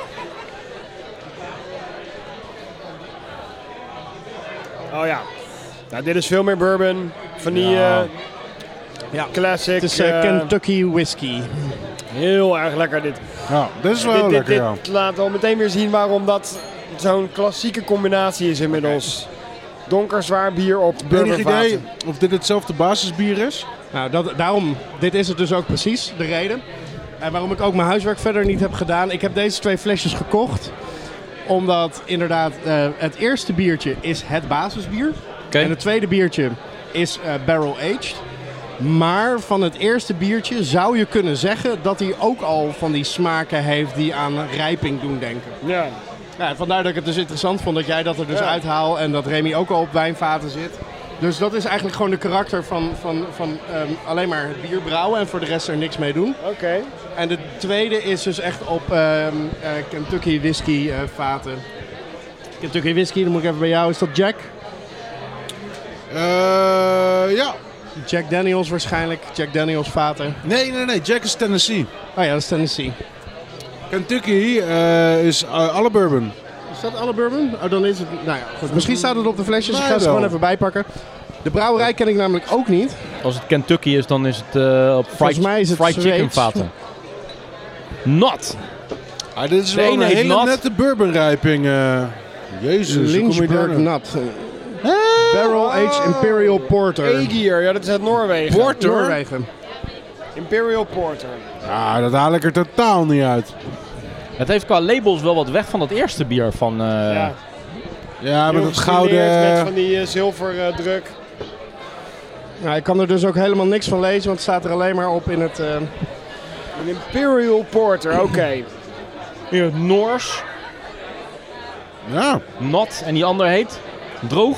Oh ja. Nou, dit is veel meer bourbon. Vanille. Ja. Classic. het is Kentucky Whisky. Heel erg lekker dit. Ja, dit is wel lekker, ja. Dit laat al meteen weer zien waarom dat zo'n klassieke combinatie is inmiddels. Donker zwaar bier op Heb je enig idee bourbonvaten. of dit hetzelfde basisbier is? Nou, daarom, dit is het dus ook precies, de reden. En waarom ik ook mijn huiswerk verder niet heb gedaan. Ik heb deze 2 flesjes gekocht. Omdat inderdaad het eerste biertje is het basisbier. Oké. En het tweede biertje is barrel aged. Maar van het eerste biertje zou je kunnen zeggen dat hij ook al van die smaken heeft die aan rijping doen denken. Ja. Ja, vandaar dat ik het dus interessant vond dat jij dat er dus uithaalt en dat Remy ook al op wijnvaten zit. Dus dat is eigenlijk gewoon de karakter van alleen maar het bier brouwen en voor de rest er niks mee doen. Oké. En de tweede is dus echt op Kentucky whisky vaten. Kentucky whisky, dan moet ik even bij jou. Is dat Jack? Ja. Jack Daniels waarschijnlijk. Jack Daniels vaten. Nee. Jack is Tennessee. Oh ja, dat is Tennessee. Kentucky is alle bourbon. Is dat alle bourbon? Oh, dan is het... Nou ja, goed. Misschien staat het op de flesjes. Ik ga Nee, ze wel. gewoon even bijpakken. De brouwerij ken ik namelijk ook niet. Als het Kentucky is, dan is het op Volgens mij is het fried chicken Zweeds. vaten. Not. Ah, dit is De wel ene een heet hele nat. nette bourbonrijping. Jezus, hoe kom je daar Lynchburg nou? Nut. Barrel Aged Imperial Porter. Egier, ja, dat is uit Noorwegen. Porter? Noorwegen. Imperial Porter. Ah, dat haal ik er totaal niet uit. Het heeft qua labels wel wat weg van dat eerste bier van... Ja. Ja, met Heel dat gestileerd, met gouden... van die zilverdruk. Nou, ik kan er dus ook helemaal niks van lezen, want het staat er alleen maar op in het... Een Imperial Porter, oké. Hier, Noors, Ja, nat en die ander heet droog.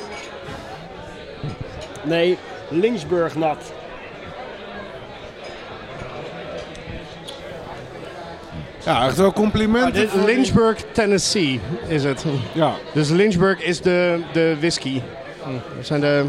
Nee, Lynchburg nat. ja, echt wel complimenten. Dit voor die- Lynchburg, Tennessee is het. Ja, Dus Lynchburg is de whisky. Dat zijn de...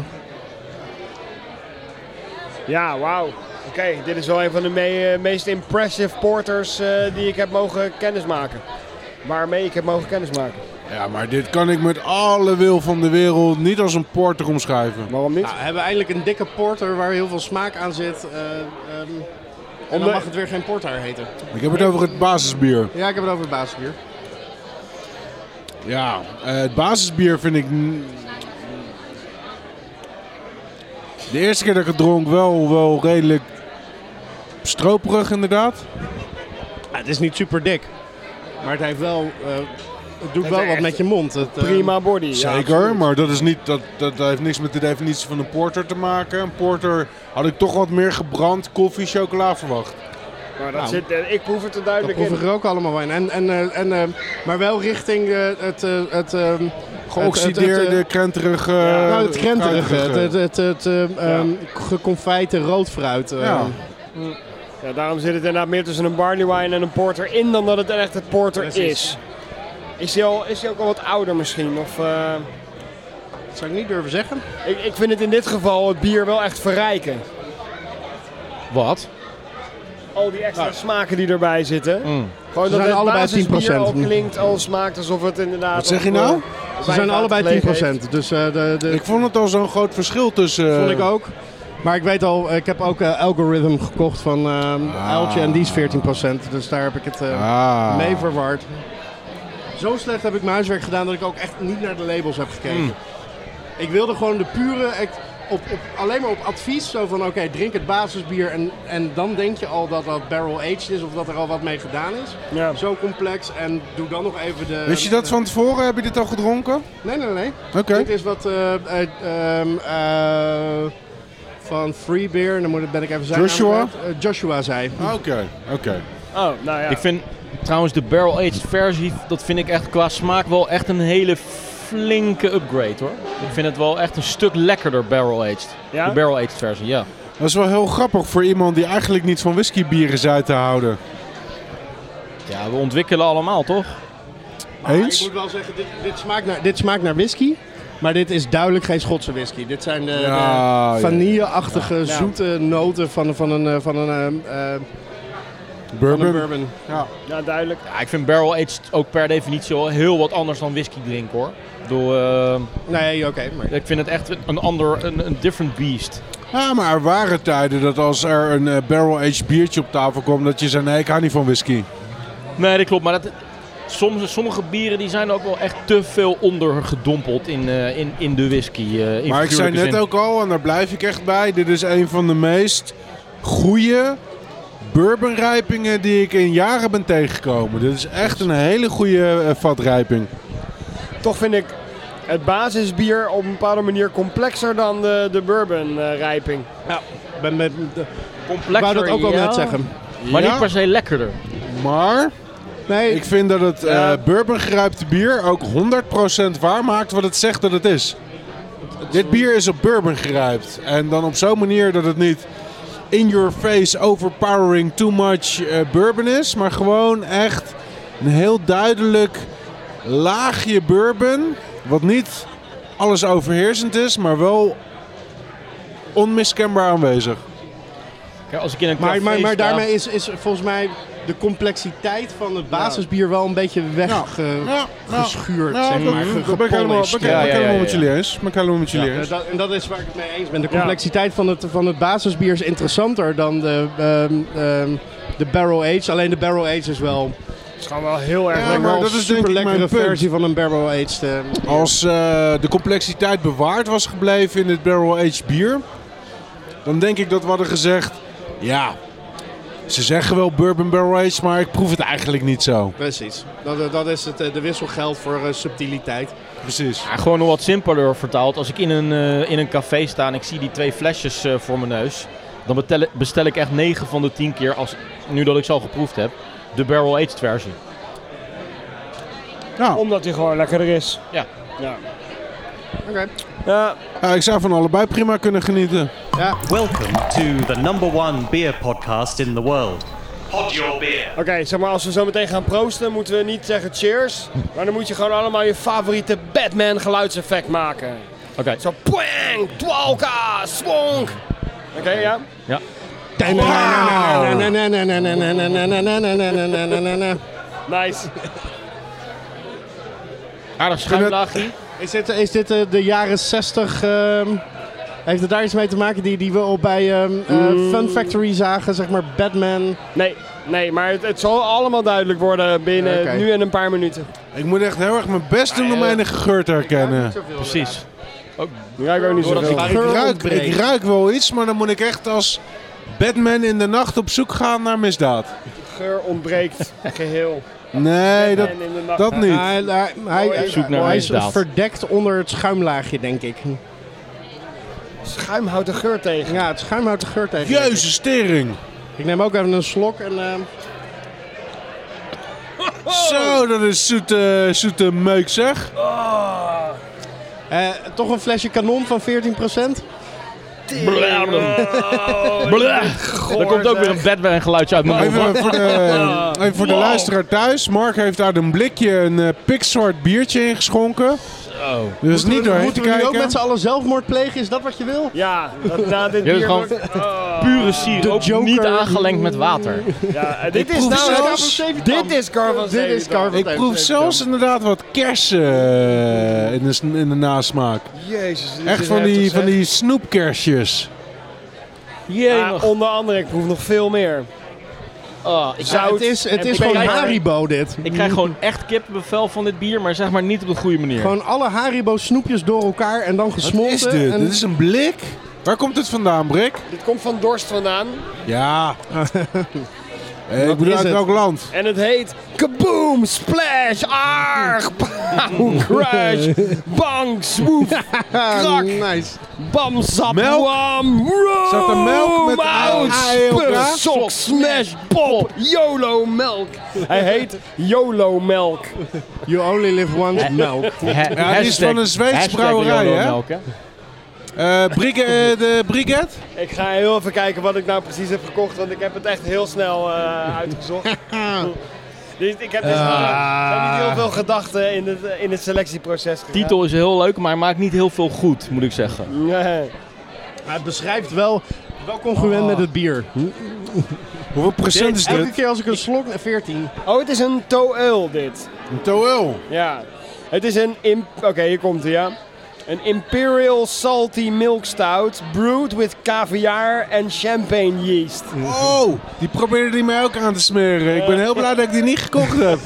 Ja, wauw. Oké, dit is wel een van de meest impressive porters die ik heb mogen kennismaken. Waarmee ik heb mogen kennismaken. ja, maar dit kan ik met alle wil van de wereld niet als een porter omschrijven. Waarom niet? Nou, we hebben eindelijk een dikke porter waar heel veel smaak aan zit. En dan mag het weer geen porter heten. Ik heb het over het basisbier. Ja, ik heb het over het basisbier. Ja, het basisbier vind ik... De eerste keer dat ik het dronk wel redelijk stroperig inderdaad. Ja, het is niet super dik. Maar het heeft wel... het doet wel wat echt met je mond. Het, Prima body. Ja, Zeker, absoluut. maar dat is niet, dat heeft niks met de definitie van een porter te maken. Een porter had ik toch wat meer gebrand koffie, chocola verwacht. Maar dat Nou, zit, ik proef het er Dat duidelijk proef in. ik er ook allemaal in. Maar wel richting het Geoxideerde, krenterige... nou, het krenterige, fruitige. het geconfijte roodfruit. Ja. Ja, daarom zit het inderdaad meer tussen een barley wine en een porter in dan dat het echt het porter is. Is hij ook al wat ouder misschien? Of, Dat zou ik niet durven zeggen. ik vind het in dit geval het bier wel echt verrijken. Wat? Al die extra smaken die erbij zitten. Gewoon Ze dat zijn het allebei basisbier 10%. al klinkt, al smaakt alsof het inderdaad... Wat zeg je nou? Ze zijn allebei 10%. Dus Ik vond het al zo'n groot verschil tussen... vond ik ook. Maar ik weet al, ik heb ook Algorithm gekocht van Uiltje en die is 14%. Dus daar heb ik het mee verward. Zo slecht heb ik mijn huiswerk gedaan dat ik ook echt niet naar de labels heb gekeken. Ik wilde gewoon de pure, alleen maar op advies. Zo van oké, drink het basisbier en dan denk je al dat dat barrel-aged is of dat er al wat mee gedaan is. Ja. Zo complex en doe dan nog even de... Wist je dat van tevoren? Heb je dit al gedronken? Nee. Oké. Dit is wat van Free Beer, dan ben ik even zijn Joshua? naam kwijt. Joshua zei. Oké. Oh, nou ja. Ik vind trouwens de barrel-aged versie, dat vind ik echt qua smaak wel echt een hele flinke upgrade hoor. Ik vind het wel echt een stuk lekkerder barrel-aged. Ja? De barrel-aged versie, ja. Dat is wel heel grappig voor iemand die eigenlijk niet van whiskybier is uit te houden. Ja, we ontwikkelen allemaal toch? Maar ik Eens? moet wel zeggen, dit smaakt naar whisky. Maar dit is duidelijk geen Schotse whisky. Dit zijn de vanille-achtige zoete noten van een bourbon. Ja, duidelijk. Ja, ik vind barrel-aged ook per definitie wel heel wat anders dan whisky drinken hoor. Ik bedoel, Nee, oké. Maar... ik vind het echt een different beast. Ja, maar er waren tijden dat als er een barrel-aged biertje op tafel kwam, dat je zei, nee, ik hou niet van whisky. Nee, dat klopt. Maar sommige bieren die zijn ook wel echt te veel ondergedompeld in de whisky. Maar ik zei net ook al, en daar blijf ik echt bij, dit is een van de meest goede bourbonrijpingen die ik in jaren ben tegengekomen. Dit is echt een hele goede vatrijping. Toch vind ik het basisbier op een bepaalde manier complexer dan de bourbonrijping. Ja, ik complexer, wou dat ook al net zeggen. Maar Ja. niet per se lekkerder. Maar Nee, ik vind dat het bourbongerijpte bier ook 100% waar maakt wat het zegt dat het is. Dit bier is op bourbon gerijpt. En dan op zo'n manier dat het niet in your face, overpowering, too much bourbon is. Maar gewoon echt een heel duidelijk laagje bourbon. Wat niet alles overheersend is, maar wel onmiskenbaar aanwezig. Kijk, als ik in een café maar sta- daarmee is volgens mij de complexiteit van het basisbier wel een beetje weggeschuurd. zeg maar, dat ben ik helemaal Ja. met jullie eens. Ben ik helemaal met jullie eens. En dat is waar ik het mee eens ben. De complexiteit van het basisbier is interessanter dan de barrel-aged. Alleen de barrel-aged is wel Het is gewoon wel heel erg Ja, lekker. maar dat is denk ik lekkere mijn punt. versie van een barrel-aged. Als de complexiteit bewaard was gebleven in het barrel-aged bier, dan denk ik dat we hadden gezegd, ja, ze zeggen wel bourbon barrel-aged, maar ik proef het eigenlijk niet zo. Precies. Dat is de wisselgeld voor subtiliteit. Precies. Ja, gewoon nog wat simpeler vertaald. Als ik in een café sta en ik zie die 2 flesjes voor mijn neus, dan bestel ik echt 9 van de 10 keer, nu dat ik ze al geproefd heb, de barrel-aged versie. Ja. Omdat hij gewoon lekkerder is. Ja. Oké. Ja, Ik zou van allebei prima kunnen genieten. Welcome to the #1 beer podcast in the world. Pod your beer. oké, zeg maar als we zo meteen gaan proosten, moeten we niet zeggen cheers. Maar dan moet je gewoon allemaal je favoriete Batman geluidseffect maken. Oké. Zo poeng, twalka, swonk. Oké, ja? Ja. Nice. Aardig schuimlaagje. Is dit de jaren 60? Heeft het daar iets mee te maken die we al bij Fun Factory zagen? Zeg maar Batman. Nee, maar het zal allemaal duidelijk worden binnen Oké. nu en een paar minuten. Ik moet echt heel erg mijn best doen om enige geur te herkennen. Precies. Ja, ik ook niet Doordat zoveel. ik Ik ruik wel iets, maar dan moet ik echt als Batman in de nacht op zoek gaan naar misdaad. Geur ontbreekt geheel. Nee, Batman in de nacht. dat niet. Hij zoekt naar is misdaad. verdekt onder het schuimlaagje, denk ik. Schuim houdt de geur tegen. Ja, het schuim houdt de geur tegen. denk ik. Jeuze stering. Ik neem ook even een slok en... Zo, dat is zoete meuk zeg. toch een flesje kanon van 14%? Er komt ook weer een Batman geluidje uit mijn mond. Even voor de luisteraar thuis. Mark heeft uit een blikje een pikzwart biertje ingeschonken. Dus niet doorheen te Moeten we nu kijken. ook met z'n allen zelfmoord plegen? Is dat wat je wil? Ja, na dit Dit is bier gewoon pure siroop, Joker. niet aangelengd met water. Ja, dit is proef nou zelfs- dit is Carvan Dit is Carvan. Ik proef zelfs inderdaad wat kersen in de nasmaak. Jezus, dit Echt is van heftig, zeg. die snoepkersjes. Ja, onder andere, ik proef nog veel meer. Zout. Het is en gewoon peper. Haribo dit. Ik krijg gewoon echt kippenbevel van dit bier, maar zeg maar niet op de goede manier. Gewoon alle Haribo snoepjes door elkaar en dan Wat gesmolten. is dit? En Dit is een blik? Waar komt het vandaan, Brik? Dit komt van Dorst vandaan. Ja. Ik Wat bedoel is uit het? welk land? En het heet Kaboom, Splash, Arg, Pow, Crash, Bang, Swoep, Krak, nice. Bam, Zap, Melk? Wam, Zat er melk met Out, ei op elkaar? Sok, Smash, Pop, YOLO Melk. Hij heet YOLO Melk. You only live once, milk. Ja, die is van een Zweedse brouwerij, hè? Briget? Ik ga heel even kijken wat ik nou precies heb gekocht, want ik heb het echt heel snel uitgezocht. Dus ik heb dus niet heel veel gedachten in het selectieproces gegaan. Titel is heel leuk, maar hij maakt niet heel veel goed, moet ik zeggen. Nee. Maar het beschrijft wel congruent met het bier. Hoeveel procent is Elke dit? keer als ik een slok... 14. Oh, het is een Toel dit. Een Toel. Ja. Het is een... Oké, hier komt hij, ja. Een Imperial Salty Milk Stout brewed with caviar en champagne yeast. Oh, die probeerde die mij ook aan te smeren. Ik ben heel blij dat ik die niet gekocht heb.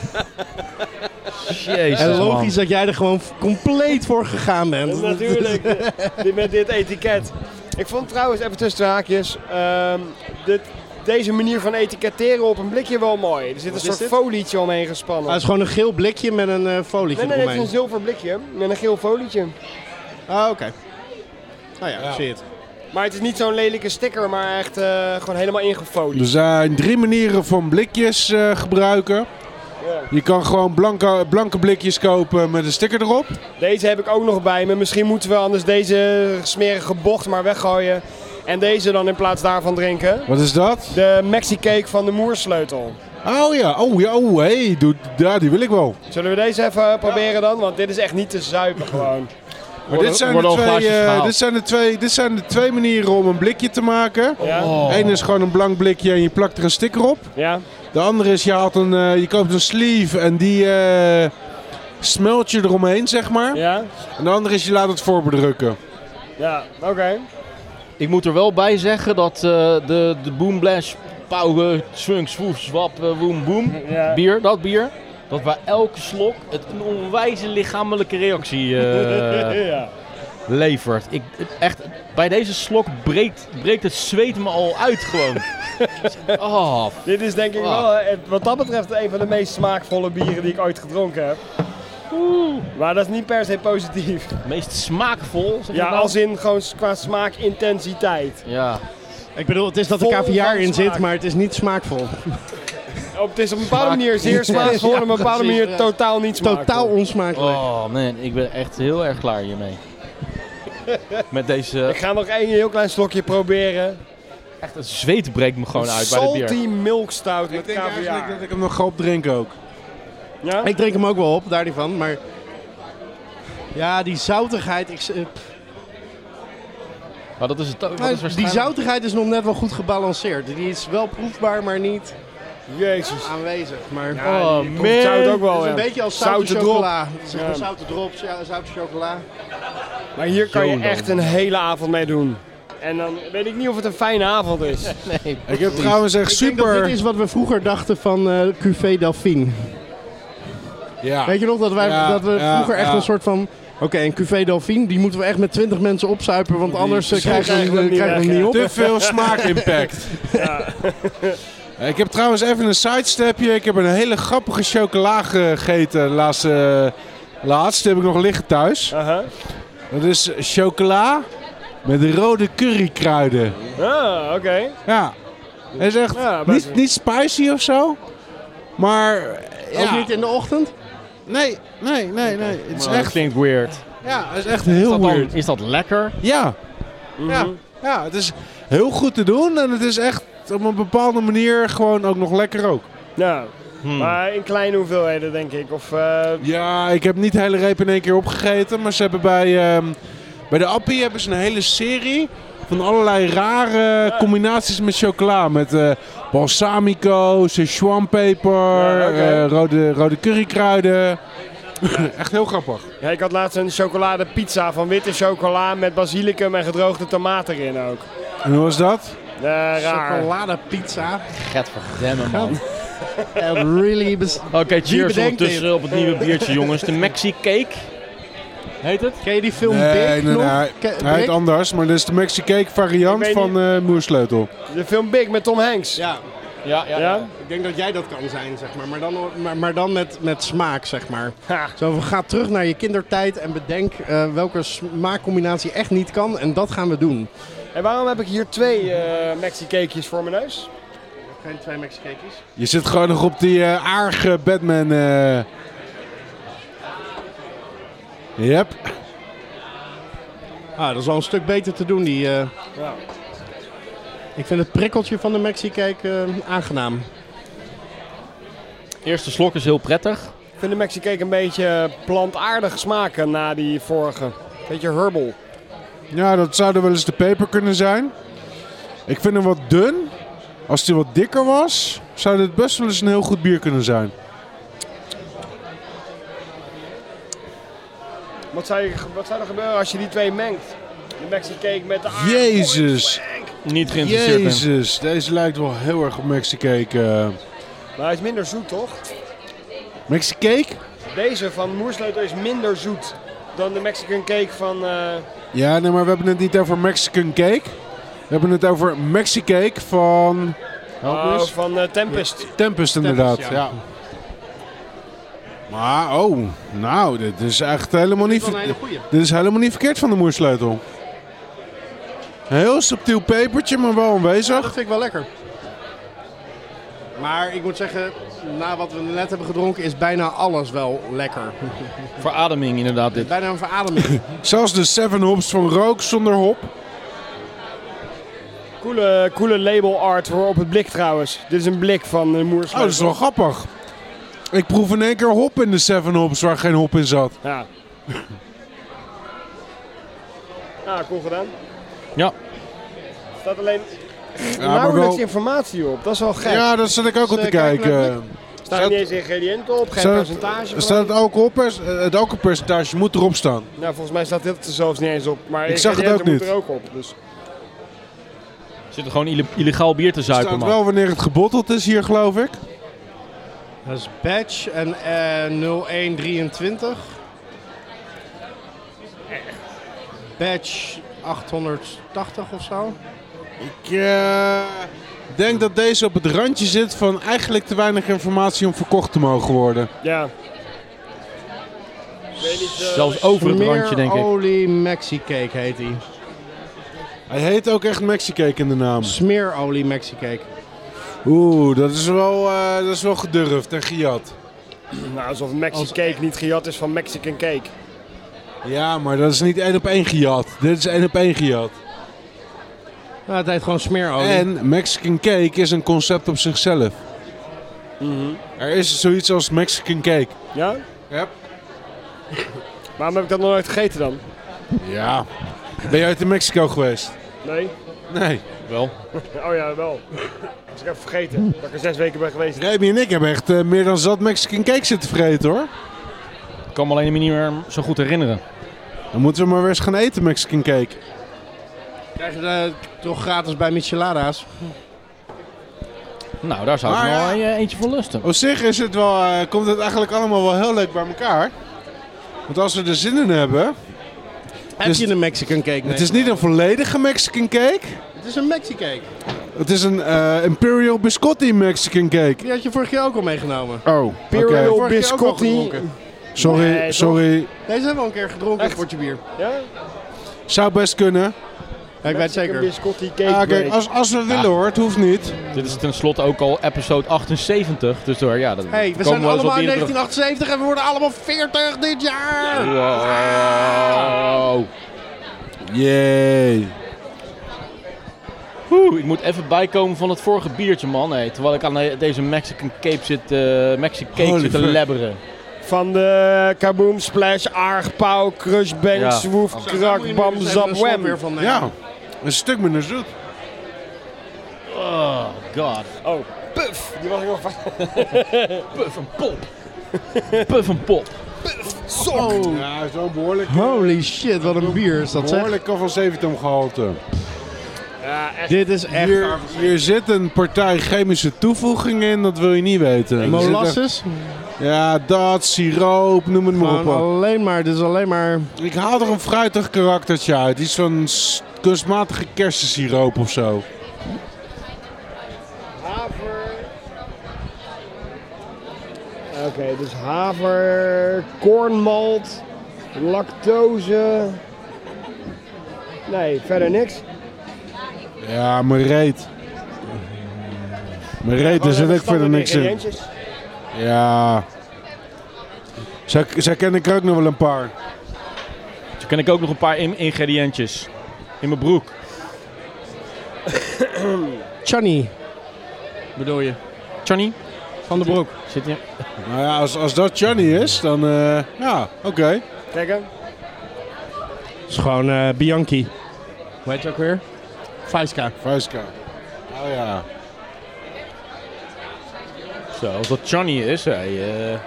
Jezus, En logisch man. dat jij er gewoon compleet voor gegaan bent. Natuurlijk, met dit etiket. Ik vond trouwens, even tussen de haakjes, deze manier van etiketteren op een blikje wel mooi. Er zit een soort folietje omheen gespannen. Het is gewoon een geel blikje met een folietje Nee, het is eromheen. een zilver blikje met een geel folietje. Ah, oké. Nou ja, shit. Maar het is niet zo'n lelijke sticker, maar echt gewoon helemaal ingefolied. Er zijn 3 manieren van blikjes gebruiken. Ja. Je kan gewoon blanke blikjes kopen met een sticker erop. Deze heb ik ook nog bij me. Misschien moeten we anders deze smerige bocht maar weggooien. En deze dan in plaats daarvan drinken. Wat is dat? De Mexicake van de Moersleutel. Oh ja, hey, die wil ik wel. Zullen we deze even proberen dan? Want dit is echt niet te zuipen gewoon. Maar dit zijn de twee manieren om een blikje te maken. Ja? Eén is gewoon een blank blikje en je plakt er een sticker op. Ja? De andere is je koopt een sleeve en die smelt je eromheen, zeg maar. Ja? En de andere is je laat het voorbedrukken. Ja, oké. Ik moet er wel bij zeggen dat de Boom Blash, Pauw, Swung, Swoef, Swap, Woom, Boom Ja. bier, dat bij elke slok het een onwijze lichamelijke reactie Ja. levert. Echt, bij deze slok breekt het zweet me al uit gewoon. Oh, Dit is denk ik wel, wat dat betreft, een van de meest smaakvolle bieren die ik ooit gedronken heb. Maar dat is niet per se positief. meest smaakvol. zeg je Ja, nou? als in gewoon qua smaakintensiteit. Ja. Ik bedoel, het is dat er Vol caviar van in smaak. zit, maar het is niet smaakvol. Het is op een bepaalde manier zeer smaakvol en op een bepaalde precies, manier totaal niet smaakvol. Totaal onsmakelijk. Oh man, ik ben echt heel erg klaar hiermee. Met deze, Ik ga nog één heel klein slokje proberen. echt het zweet breekt me gewoon uit bij dit bier. Salty milk stout met Ik denk eigenlijk caviar. dat ik hem nog ga opdrinken ook. Ja? Ik drink hem ook wel op, daar niet van, maar... Ja, die zoutigheid... Maar dat is het ook. dat is die waarschijnlijk- zoutigheid is nog net wel goed gebalanceerd. Die is wel proefbaar, maar niet Jezus. aanwezig. Maar Oh Die man. proeft zout ook wel, het is een ja. beetje als zoute drop. chocola. Zeg maar Ja. zoute drops, ja, zoute chocola. Maar hier kan je Zo dan. echt een hele avond mee doen. En dan weet ik niet of het een fijne avond is. Nee. Ik heb trouwens echt Ik denk dat super... dit is wat we vroeger dachten van Cuvée Delphine. Ja. Weet je nog dat we vroeger echt een soort van... Oké, een Cuvée Delphine, die moeten we echt met 20 mensen opzuipen, want anders krijgen we hem niet op. Te veel smaakimpact. Ik heb trouwens even een sidestepje. Ik heb een hele grappige chocola gegeten laatst. Die heb ik nog liggen thuis. Aha. Dat is chocola met rode currykruiden. Ah, oké. Ja, hij is echt Ja, best niet spicy of zo. Maar Ook ja. niet in de ochtend? Nee. Het is Dat echt, klinkt weird. ja, het is echt Is heel dat, dan, weird. is dat lekker? Ja. Ja, het is heel goed te doen en het is echt op een bepaalde manier gewoon ook nog lekker ook. Ja, maar in kleine hoeveelheden denk ik. Of, Ja, ik heb niet de hele reep in één keer opgegeten, maar ze hebben bij de Appie hebben ze een hele serie van allerlei rare combinaties met chocola. Met balsamico, Szechuanpeper, rode currykruiden. Echt heel grappig. Ja, ik had laatst een chocoladepizza van witte chocola met basilicum en gedroogde tomaten erin ook. En hoe was dat? Raar. Chocoladepizza. Gadverdamme, man. Really Oké, cheers bedenkt ondertussen op het nieuwe biertje, jongens. De Mexicake. Heet het? Ken je die film Nee, Big nog? hij heet anders, maar dit is de Mexicake variant Ik weet van Moersleutel. De film Big met Tom Hanks. Ja, Ja? ik denk dat jij dat kan zijn, zeg maar. Maar dan met smaak, zeg maar. Ha. Zo, ga terug naar je kindertijd en bedenk welke smaakcombinatie echt niet kan. En dat gaan we doen. En waarom heb ik hier 2 Mexicakejes voor mijn neus? Geen 2 Mexicakejes. Je zit gewoon nog op die aardige Batman. Yep. Dat is wel een stuk beter te doen. Ik vind het prikkeltje van de Mexicake aangenaam. Eerste slok is heel prettig. Ik vind de Mexicake een beetje plantaardig smaken na die vorige. Beetje herbal. Ja, dat zou er wel eens de peper kunnen zijn. Ik vind hem wat dun. Als die wat dikker was, zou dit best wel eens een heel goed bier kunnen zijn. Wat zou er gebeuren als je die 2 mengt? De Mexicake met de aardappel. Jezus. Niet geïnteresseerd in. Jezus, deze lijkt wel heel erg op Mexicake. Maar hij is minder zoet, toch? Mexicake? Deze van Moersleutel is minder zoet dan de Mexican cake van... Ja, nee, maar we hebben het niet over Mexican cake. We hebben het over Mexicake van... van Tempest. Tempest inderdaad, Tempest, ja. Maar, nou, dit is echt helemaal niet... Dit is wel een hele goeie. Dit is helemaal niet verkeerd van de Moersleutel. Heel subtiel pepertje, maar wel Ja, aanwezig. dat vind ik wel lekker. Maar ik moet zeggen, na wat we net hebben gedronken is bijna alles wel lekker. Verademing inderdaad dit. Bijna een verademing. Zelfs de 7 Hops van Rook zonder hop. Coole label art voor op het blik trouwens. Dit is een blik van Moersleutel. Oh, dat is wel grappig. Ik proef in één keer hop in de 7 Hops waar geen hop in zat. Ja. Cool gedaan. Ja. Er staat alleen maar nauwelijks wel- informatie op. Dat is wel gek. Ja, daar zat ik ook op te kijk naar kijken. het Er staan niet eens ingrediënten op, geen Staat- percentage. Staat het alcoholpercentage moet erop staan. Nou, volgens mij staat dit er zelfs niet eens op. Maar Ik zag het ook ingrediënten niet. moeten er ook op. Dus. Zit er gewoon illegaal bier te Er zuipen, staat man. wel wanneer het gebotteld is hier, geloof ik. Dat is batch en 0123. Batch 880 of zo. Ik denk dat deze op het randje zit van eigenlijk te weinig informatie om verkocht te mogen worden. Ja. Ik weet niet, Zelfs over het randje, denk ik. Smeerolie Mexicake heet hij. Hij heet ook echt Mexicake in de naam. Smeerolie Mexicake. Oeh, dat is wel gedurfd en gejat. Nou, alsof Mexican cake niet gejat is van Mexican cake. Ja, maar dat is niet 1 op 1 gejat. Dit is 1 op 1 gejat. Nou, het heet gewoon smeerolie. En Mexican cake is een concept op zichzelf. Er is zoiets als Mexican cake. Ja? Yep. Waarom heb ik dat nog nooit gegeten dan? Ja. Ben je uit in Mexico geweest? Nee? Nee. Wel. Oh ja, wel. Dat is ik even vergeten. Dat ik er 6 weken ben geweest. Remy en ik hebben echt meer dan zat Mexican cake zitten vreten, hoor. Ik kan me alleen niet meer zo goed herinneren. Dan moeten we maar weer eens gaan eten, Mexican cake. Krijg je toch gratis bij Michelada's. Nou, daar zou ik Maar wel ja. eentje voor lusten. Op zich is het wel, komt het eigenlijk allemaal wel heel leuk bij elkaar. Want als we er zin in hebben... Heb Dus je een Mexican cake mee? Het is niet een volledige Mexican cake. Het is een Mexicake. Het is een Imperial Biscotti Mexican cake. Die had je vorig jaar ook al meegenomen. Oh, oké. Imperial Vorig jaar ook al biscotti. gedronken. Sorry, Nee, toch? sorry. Deze hebben we al een keer gedronken, Echt? een potje bier. Ja? Zou best kunnen. Ja, ik weet het zeker. Biscotti cake Ah, kijk, break. als we willen hoor, het hoeft niet. Dit is tenslotte ook al episode 78. Dus door, ja, dat Hey, we komen zijn wel eens wat allemaal in eerder terug. 1978 en we worden allemaal 40 dit jaar. Wow. Yay. Ik moet even bijkomen van het vorige biertje, man. Hey, terwijl ik aan deze Mexican Cake zit te labberen. Van de Kaboom, Splash, Arg, Pauw, Crush, Bang, Ja. Swoef, Krak, Bam, Zap, Wham. Ja, een stuk minder zoet. Oh, god. Oh, Puff. Die mag ik nog van. Puff en pop. Puff en pop. Sok. Ja, zo behoorlijk. Holy shit, wat een bier is dat, zeg. Behoorlijk van Zeventum gehalte. Ja, echt. Dit is echt... Hier zit een partij chemische toevoeging in, dat wil je niet weten. Er zit Molasses? echt- Ja, dat, siroop, noem het maar Gewoon op. alleen maar, dit is alleen maar... Ik haal er een fruitig karaktertje uit. Iets van kunstmatige kersensiroop of zo. Haver. Oké, dus haver, kornmalt, lactose. Nee, verder niks. Ja, mijn reet. Mijn reet, er zit ook verder niks in. Ja. Zij ken ik er ook nog wel een paar. Zo ken ik ook nog een paar ingrediëntjes. In mijn broek. Chani, bedoel je? Johnny, Van de Broek. zit hier? Nou ja, als dat Johnny is, dan ja, oké. Kijk hè. Het is gewoon Bianchi. Hoe heet je ook weer? Vaiska. Vaiska. Oh ja. Zo, als dat Johnny is, hey.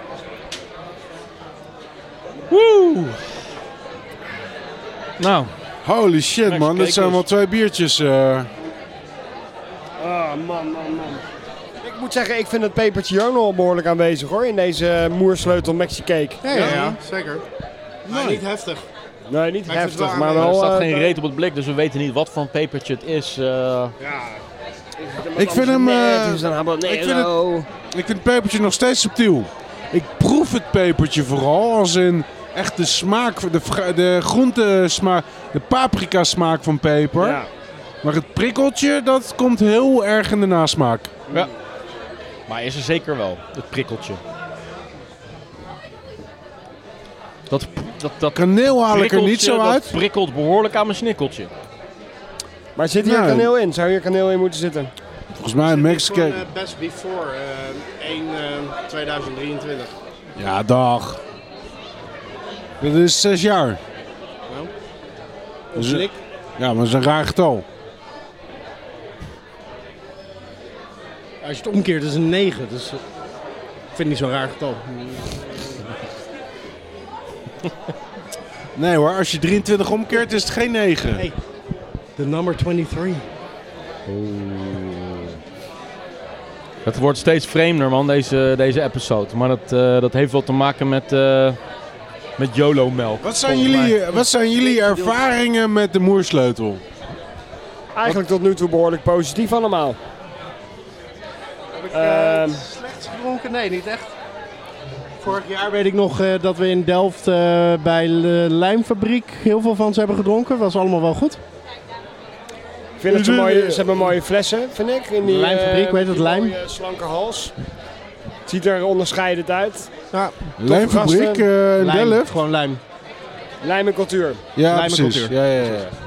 Woe! Nou, Holy shit man, Mexican dit zijn cake wel 2 biertjes. Oh man. Ik moet zeggen, ik vind het pepertje ook nog wel behoorlijk aanwezig hoor. In deze moersleutel Mexicake. Ja, zeker. Maar niet heftig. Nee, niet Maar ik vind het heftig, wel maar er wel... staat geen reet op het blik, dus we weten niet wat voor een pepertje het is. Ik vind hem... ik vind het pepertje nog steeds subtiel. Ik proef het pepertje vooral als in echt de smaak, de groentesmaak, de paprika smaak van peper. Ja. Maar het prikkeltje, dat komt heel erg in de nasmaak. Ja. Maar is er zeker wel, het prikkeltje. Dat Kaneel haal ik er niet zo uit. Dat prikkelt behoorlijk aan mijn snikkeltje. Maar zit hier Nee. kaneel in? Zou hier kaneel in moeten zitten? Volgens mij een Mexican. Best Before 2023. Ja, dag. Dat is 6 jaar. Of slik. Ja, maar dat is een raar getal. Als je het omkeert is het een 9. Dus ik vind het niet zo'n raar getal. Nee hoor, als je 23 omkeert is het geen 9. Hey, de number 23. Het wordt steeds vreemder man, deze episode. Maar dat heeft wel te maken met YOLO-melk. Wat zijn jullie ervaringen met de moersleutel? Eigenlijk tot nu toe behoorlijk positief allemaal. Heb ik slechts gedronken? Nee, niet echt. Vorig jaar weet ik nog dat we in Delft bij de lijmfabriek heel veel van ze hebben gedronken. Dat was allemaal wel goed. Ik vind dat ze hebben mooie flessen, vind ik. In die Lijmfabriek, hoe heet het, die lijm? mooie, slanke hals. Het ziet er onderscheidend uit. Ja, Lijmfabriek in lijm, Delft? gewoon lijm. Lijm en cultuur. Ja, Lijm en precies. cultuur. Ja.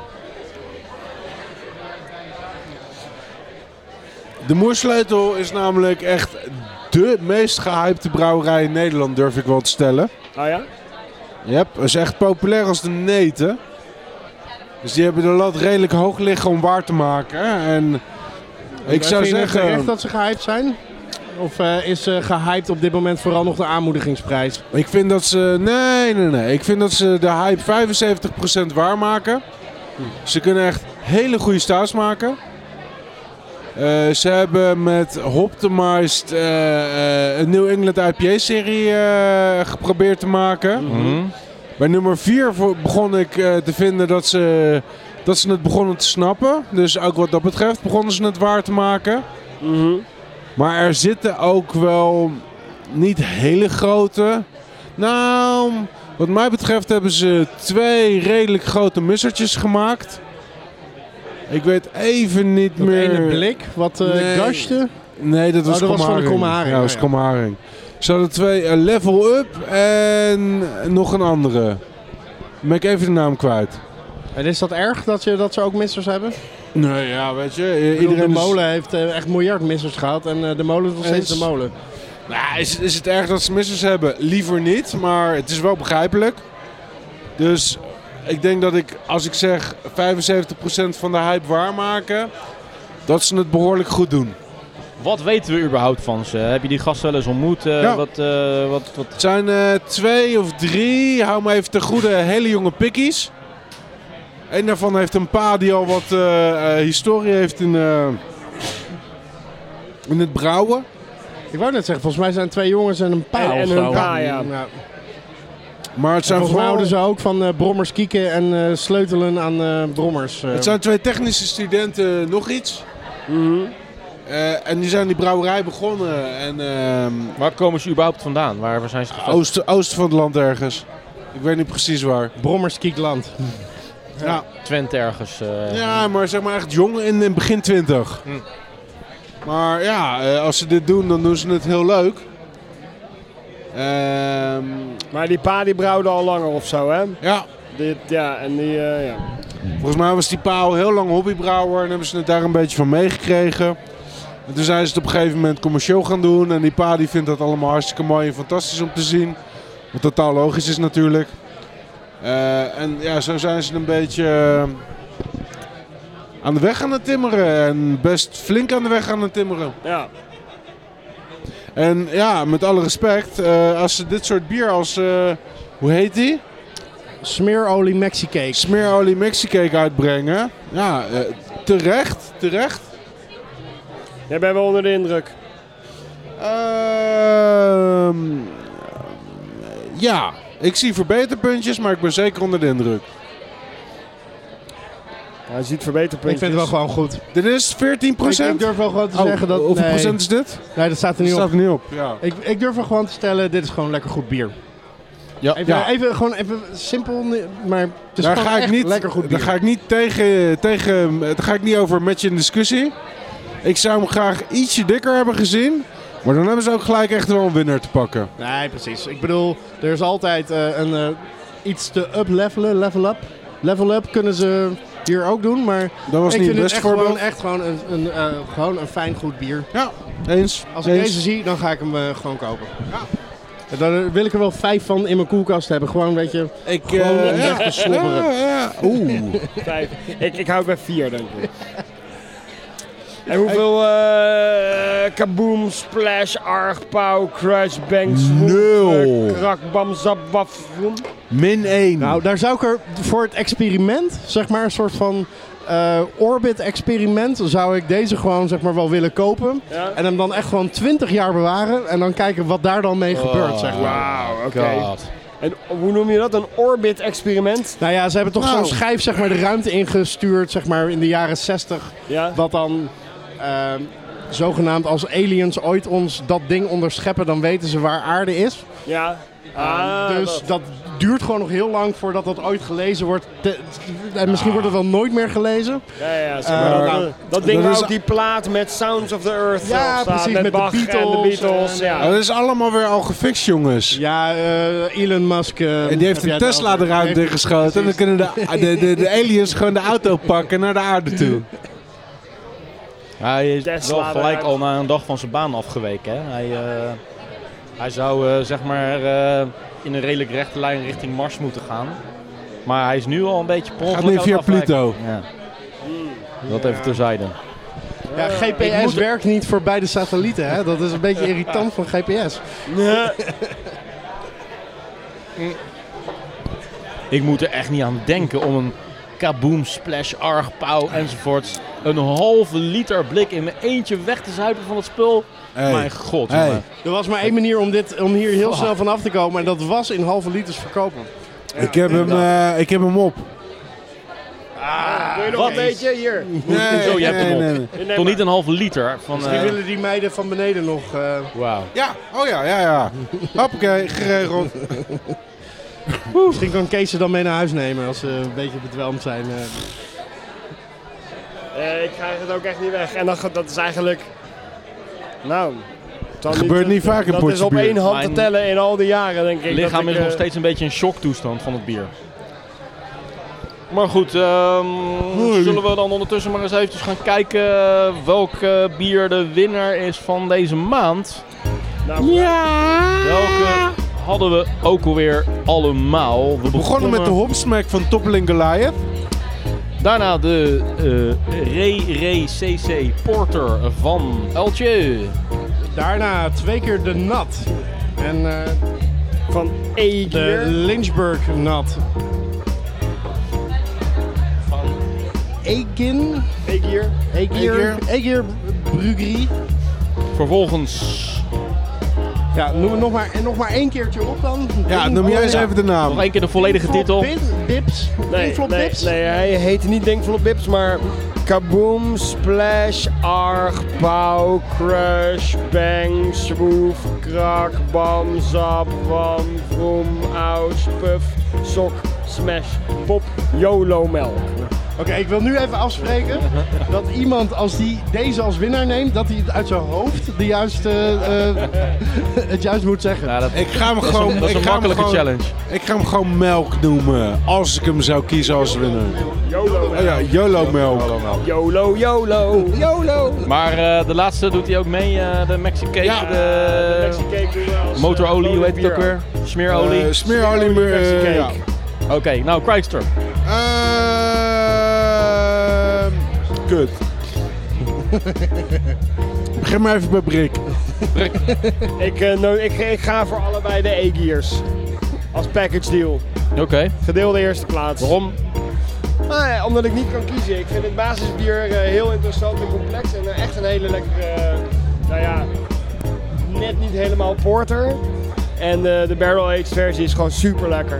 De Moersleutel is namelijk echt de meest gehypte brouwerij in Nederland, durf ik wel te stellen. Oh ja? Yep, is echt populair als de neten. Dus die hebben de lat redelijk hoog liggen om waar te maken. En ik zou Vind je het zeggen... terecht dat ze gehyped zijn? Of is gehyped op dit moment vooral nog de aanmoedigingsprijs? Ik vind dat ze... Nee. Ik vind dat ze de hype 75% waarmaken. Ze kunnen echt hele goede stouts maken. Ze hebben met Hoptimized een New England IPA-serie geprobeerd te maken. Mhm. Bij nummer 4 begon ik te vinden dat ze het begonnen te snappen. Dus ook wat dat betreft begonnen ze het waar te maken. Maar er zitten ook wel niet hele grote. Nou, wat mij betreft hebben ze 2 redelijk grote missertjes gemaakt. Ik weet even niet Dat meer... ene blik, wat Nee. gastje. Nee, dat was dat was van de kromme haring. Ja, dat was Oh, ja. kromme haring. Ze hadden 2 Level Up en nog een andere. Dan ben ik even de naam kwijt. En is dat erg dat ze ook missers hebben? Nee, ja, weet je. Ik bedoel, Iedereen de is- molen heeft echt miljardmissers gehad en de molen is nog steeds Eens. de molen. Nou, is het erg dat ze missers hebben? Liever niet, maar het is wel begrijpelijk. Dus ik denk dat als ik zeg 75% van de hype waarmaken, dat ze het behoorlijk goed doen. Wat weten we überhaupt van ze? Heb je die gasten wel eens ontmoet? Ja. Wat... Het zijn 2 of 3, hou me even te goede, hele jonge pikkies. Eén daarvan heeft een pa die al wat historie heeft in het brouwen. Ik wou net zeggen, volgens mij zijn 2 jongens en een pa En of een zo. pa, ja. Maar het zijn Volgens mij vooral... houden ze ook van brommers kieken en sleutelen aan brommers. Het zijn 2 technische studenten nog iets. En die zijn die brouwerij begonnen. En, Waar komen ze überhaupt vandaan? Waar zijn ze gevestigd? oosten van het land ergens. Ik weet niet precies waar. Brommers kiekland. Ja, Twente ergens. ja maar zeg maar echt jong in begin 20. Maar ja, als ze dit doen, dan doen ze het heel leuk. Maar die pa die brouwde al langer of zo, hè? Ja, Ja. volgens mij was die pa al heel lang hobbybrouwer en hebben ze het daar een beetje van meegekregen. En toen zijn ze het op een gegeven moment commercieel gaan doen. En die pa die vindt dat allemaal hartstikke mooi en fantastisch om te zien. Wat totaal logisch is natuurlijk. En ja, zo zijn ze een beetje aan de weg aan het timmeren. En best flink aan de weg aan het timmeren. Ja. En ja, met alle respect, als ze dit soort bier als, hoe heet die? Smeerolie Mexicake. Smeerolie Mexicake uitbrengen. Ja, terecht. Jij bent wel onder de indruk. Ja, ik zie verbeterpuntjes, maar ik ben zeker onder de indruk. Hij ziet verbeterpuntjes. Ik vind het wel gewoon goed. Dit is 14%? Ik durf wel gewoon te zeggen dat... Hoeveel nee, procent is dit? Nee, dat staat er niet Dat op. staat er niet op. Ja. Ik durf wel gewoon te stellen, dit is gewoon lekker goed bier. Ja. Even simpel, maar het is Daar gewoon ga ik echt niet, lekker goed bier. daar ga ik niet daar ga ik niet over met je in discussie. Ik zou hem graag ietsje dikker hebben gezien. Maar dan hebben ze ook gelijk echt wel een winnaar te pakken. Nee, precies. Ik bedoel, er is altijd iets te level up kunnen ze hier ook doen, maar Dat was ik niet vind het het beste voorbeeld. echt gewoon een fijn goed bier. Ja, eens. Als ik eens. deze zie, dan ga ik hem gewoon kopen. En dan wil ik er wel 5 van in mijn koelkast hebben. Gewoon, weet je, gewoon om weg te slobberen. ja. Oeh. 5. Ik hou bij 4, denk ik. En hoeveel kaboom, splash, arg, pauw, crush, bang, swoep, 0. krak, bam, zap, waf, vroom? -1. Nou, daar zou ik er voor het experiment, zeg maar, een soort van orbit-experiment, zou ik deze gewoon, zeg maar, wel willen kopen. Ja? En hem dan echt gewoon 20 jaar bewaren en dan kijken wat daar dan mee gebeurt, zeg maar. Wauw, oké. God. En hoe noem je dat? Een orbit-experiment? Nou ja, ze hebben toch Nou. zo'n schijf, zeg maar, de ruimte ingestuurd, zeg maar, in de jaren 60. Ja? Wat dan, zogenaamd als aliens ooit ons dat ding onderscheppen, dan weten ze waar aarde is. Ja. Dus dat duurt gewoon nog heel lang voordat dat ooit gelezen wordt. En misschien wordt het wel nooit meer gelezen. Ja, zeg maar dat ding dat waar is- ook die plaat met Sounds of the Earth Ja, op staat. precies, met met de Bach en de Beatles Beatles. en, Ja. Dat is allemaal weer al gefixt, jongens. Ja, Elon Musk. En die heeft heb een jij Tesla het de over? ruimte Heeft- ingeschoten. En dan kunnen de aliens gewoon de auto pakken naar de aarde toe. Hij is Tesla wel gelijk eruit. al na een dag van zijn baan afgeweken. Hè? Hij zou zeg maar in een redelijk rechte lijn richting Mars moeten gaan. Maar hij is nu al een beetje per ongeluk Gaat nu aan via het afwijken. Pluto. Ja. Dat even terzijde. Ja, GPS werkt niet voor beide satellieten, hè? Dat is een beetje irritant van GPS. Ik moet er echt niet aan denken om een kaboom, splash, arg, pauw enzovoorts. Een halve liter blik in mijn eentje weg te zuipen van het spul. Hey. Mijn god, Hey. jongen. Er was maar één manier om hier heel snel van af te komen. En dat was in halve liters verkopen. Ik heb hem op. Wil je nog een beetje? Hier. Zo, je hebt hem op. Neem Toch maar. niet een halve liter van... Misschien willen die meiden van beneden nog... Wauw. Ja, oh ja. Hoppakee, geregeld. Misschien kan Kees ze dan mee naar huis nemen als ze een beetje bedwelmd zijn. Ik krijg het ook echt niet weg. En dat is eigenlijk... Nou... Dat gebeurt niet vaak in Dat is op potje bier. 1 hand te Mijn tellen in al die jaren, denk ik. Het lichaam dat is ik, nog steeds een beetje in shocktoestand van het bier. Maar goed, zullen we dan ondertussen maar eens eventjes gaan kijken welk bier de winnaar is van deze maand? Nou, Welke hadden we ook alweer allemaal? We begonnen met de Hopsmack van Toppling Goliath. Daarna de Ray CC Porter van Eltje. Daarna 2 keer de Nat. En van de Egier. Lynchburg Nat. Van Egin. Egier Bruggerie. Vervolgens Ja, noem het nog maar 1 keertje op dan. Ja, noem jij eens even de naam. nog 1 keer de volledige titel. Bips. Dips. Nee, hij heette niet Denkflop Bips, maar Kaboom, Splash, Arg, Pauw, Crush, Bang, Swoof, Krak, Bam, Zap, Wam, Vroom, Ouch, Puff, Sok, Smash, Pop, YOLO Melk. Oké, ik wil nu even afspreken dat iemand als die deze als winnaar neemt, dat hij het uit zijn hoofd het juist moet zeggen. Ja, Ik ga hem dat gewoon... is een makkelijke challenge. Ik ga hem gewoon Melk noemen. Als ik hem zou kiezen als winnaar. YOLO Oh ja, YOLO Melk. YOLO, YOLO, YOLO. Maar de laatste doet hij ook mee, de Mexicake, Ja. De Mexicake doen we als, motorolie, hoe heet het ook bier. weer? Smeerolie. Smeerolie. Mexicake. Ja. Oké, nou Chrysler. Kut. Begin maar even bij Brik. Ik ga voor allebei de Egiers. Als package deal. Oké, Gedeelde eerste plaats. waarom? Nou ja, omdat ik niet kan kiezen. Ik vind het basisbier heel interessant en complex. En echt een hele lekkere, net niet helemaal porter. En de barrel-aged versie is gewoon super lekker.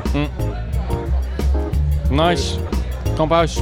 Nice. Kamphuis.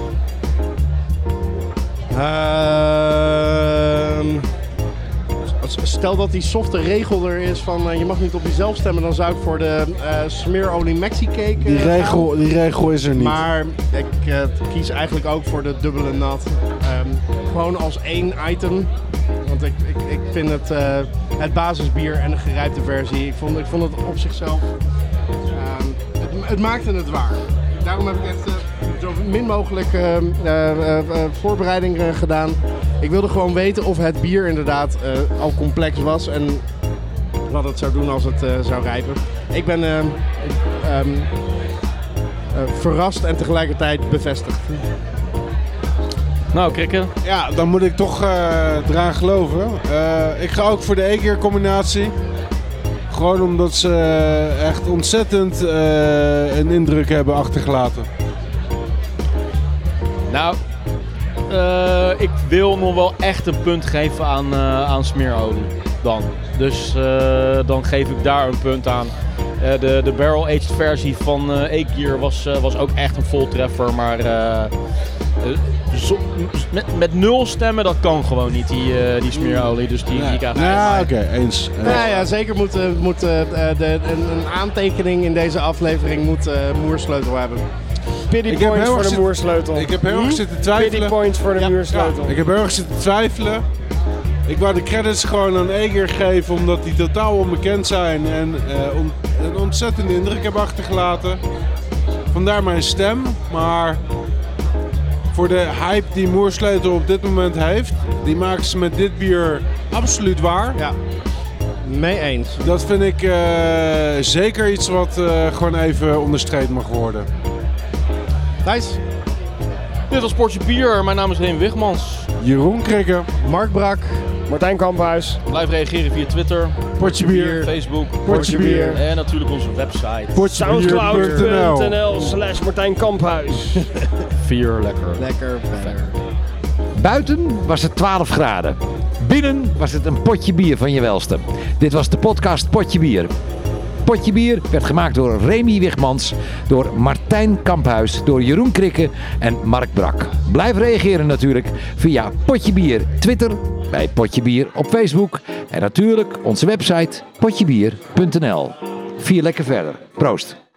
Stel dat die softe regel er is van je mag niet op jezelf stemmen, dan zou ik voor de smeerolie Mexicake gaan. Die regel is er niet. Maar ik kies eigenlijk ook voor de dubbele nat. Gewoon als 1 item. Want ik vind het basisbier en de gerijpte versie, ik vond het op zichzelf, het maakte het waar. Daarom heb ik echt zo min mogelijk voorbereiding gedaan. Ik wilde gewoon weten of het bier inderdaad al complex was en wat het zou doen als het zou rijpen. Ik ben verrast en tegelijkertijd bevestigd. Nou, Krikke. Ja, dan moet ik toch eraan geloven. Ik ga ook voor de Egier combinatie. Gewoon omdat ze echt ontzettend een indruk hebben achtergelaten. Nou, ik wil nog wel echt een punt geven aan smeerolie dan. Dus dan geef ik daar een punt aan. De barrel-aged versie van Egier was ook echt een voltreffer, maar met 0 stemmen, dat kan gewoon niet, die smeerolie. Dus die krijgt Ja, oké, eens. Ja, zeker moet een aantekening in deze aflevering moet Moersleutel hebben. Pity points voor de Moersleutel. Ik heb heel erg zitten twijfelen. Pity points voor de Moersleutel. Ik heb heel erg zitten twijfelen. Ik wou de credits gewoon aan Egier geven omdat die totaal onbekend zijn en een ontzettende indruk hebben achtergelaten. Vandaar mijn stem, maar voor de hype die Moersleutel op dit moment heeft, die maken ze met dit bier absoluut waar. Ja, mee eens. Dat vind ik zeker iets wat gewoon even onderstreept mag worden. Nice. Dit was Potje Bier. Mijn naam is Reen Wigmans. Jeroen Krikke, Mark Brak. Martijn Kamphuis. Blijf reageren via Twitter, Potje Bier, Facebook, Potje Bier, en natuurlijk onze website. potjebier.nl. Soundcloud.nl/Martijn Kamphuis. 4 lekker. Lekker verder. Buiten was het 12 graden. Binnen was het een potje bier van je welste. Dit was de podcast Potje Bier. Potje Bier werd gemaakt door Remy Wigmans, door Martijn Kamphuis, door Jeroen Krikke en Mark Brak. Blijf reageren natuurlijk via Potje Bier Twitter, bij Potje Bier op Facebook en natuurlijk onze website potjebier.nl. 4 lekker verder. Proost.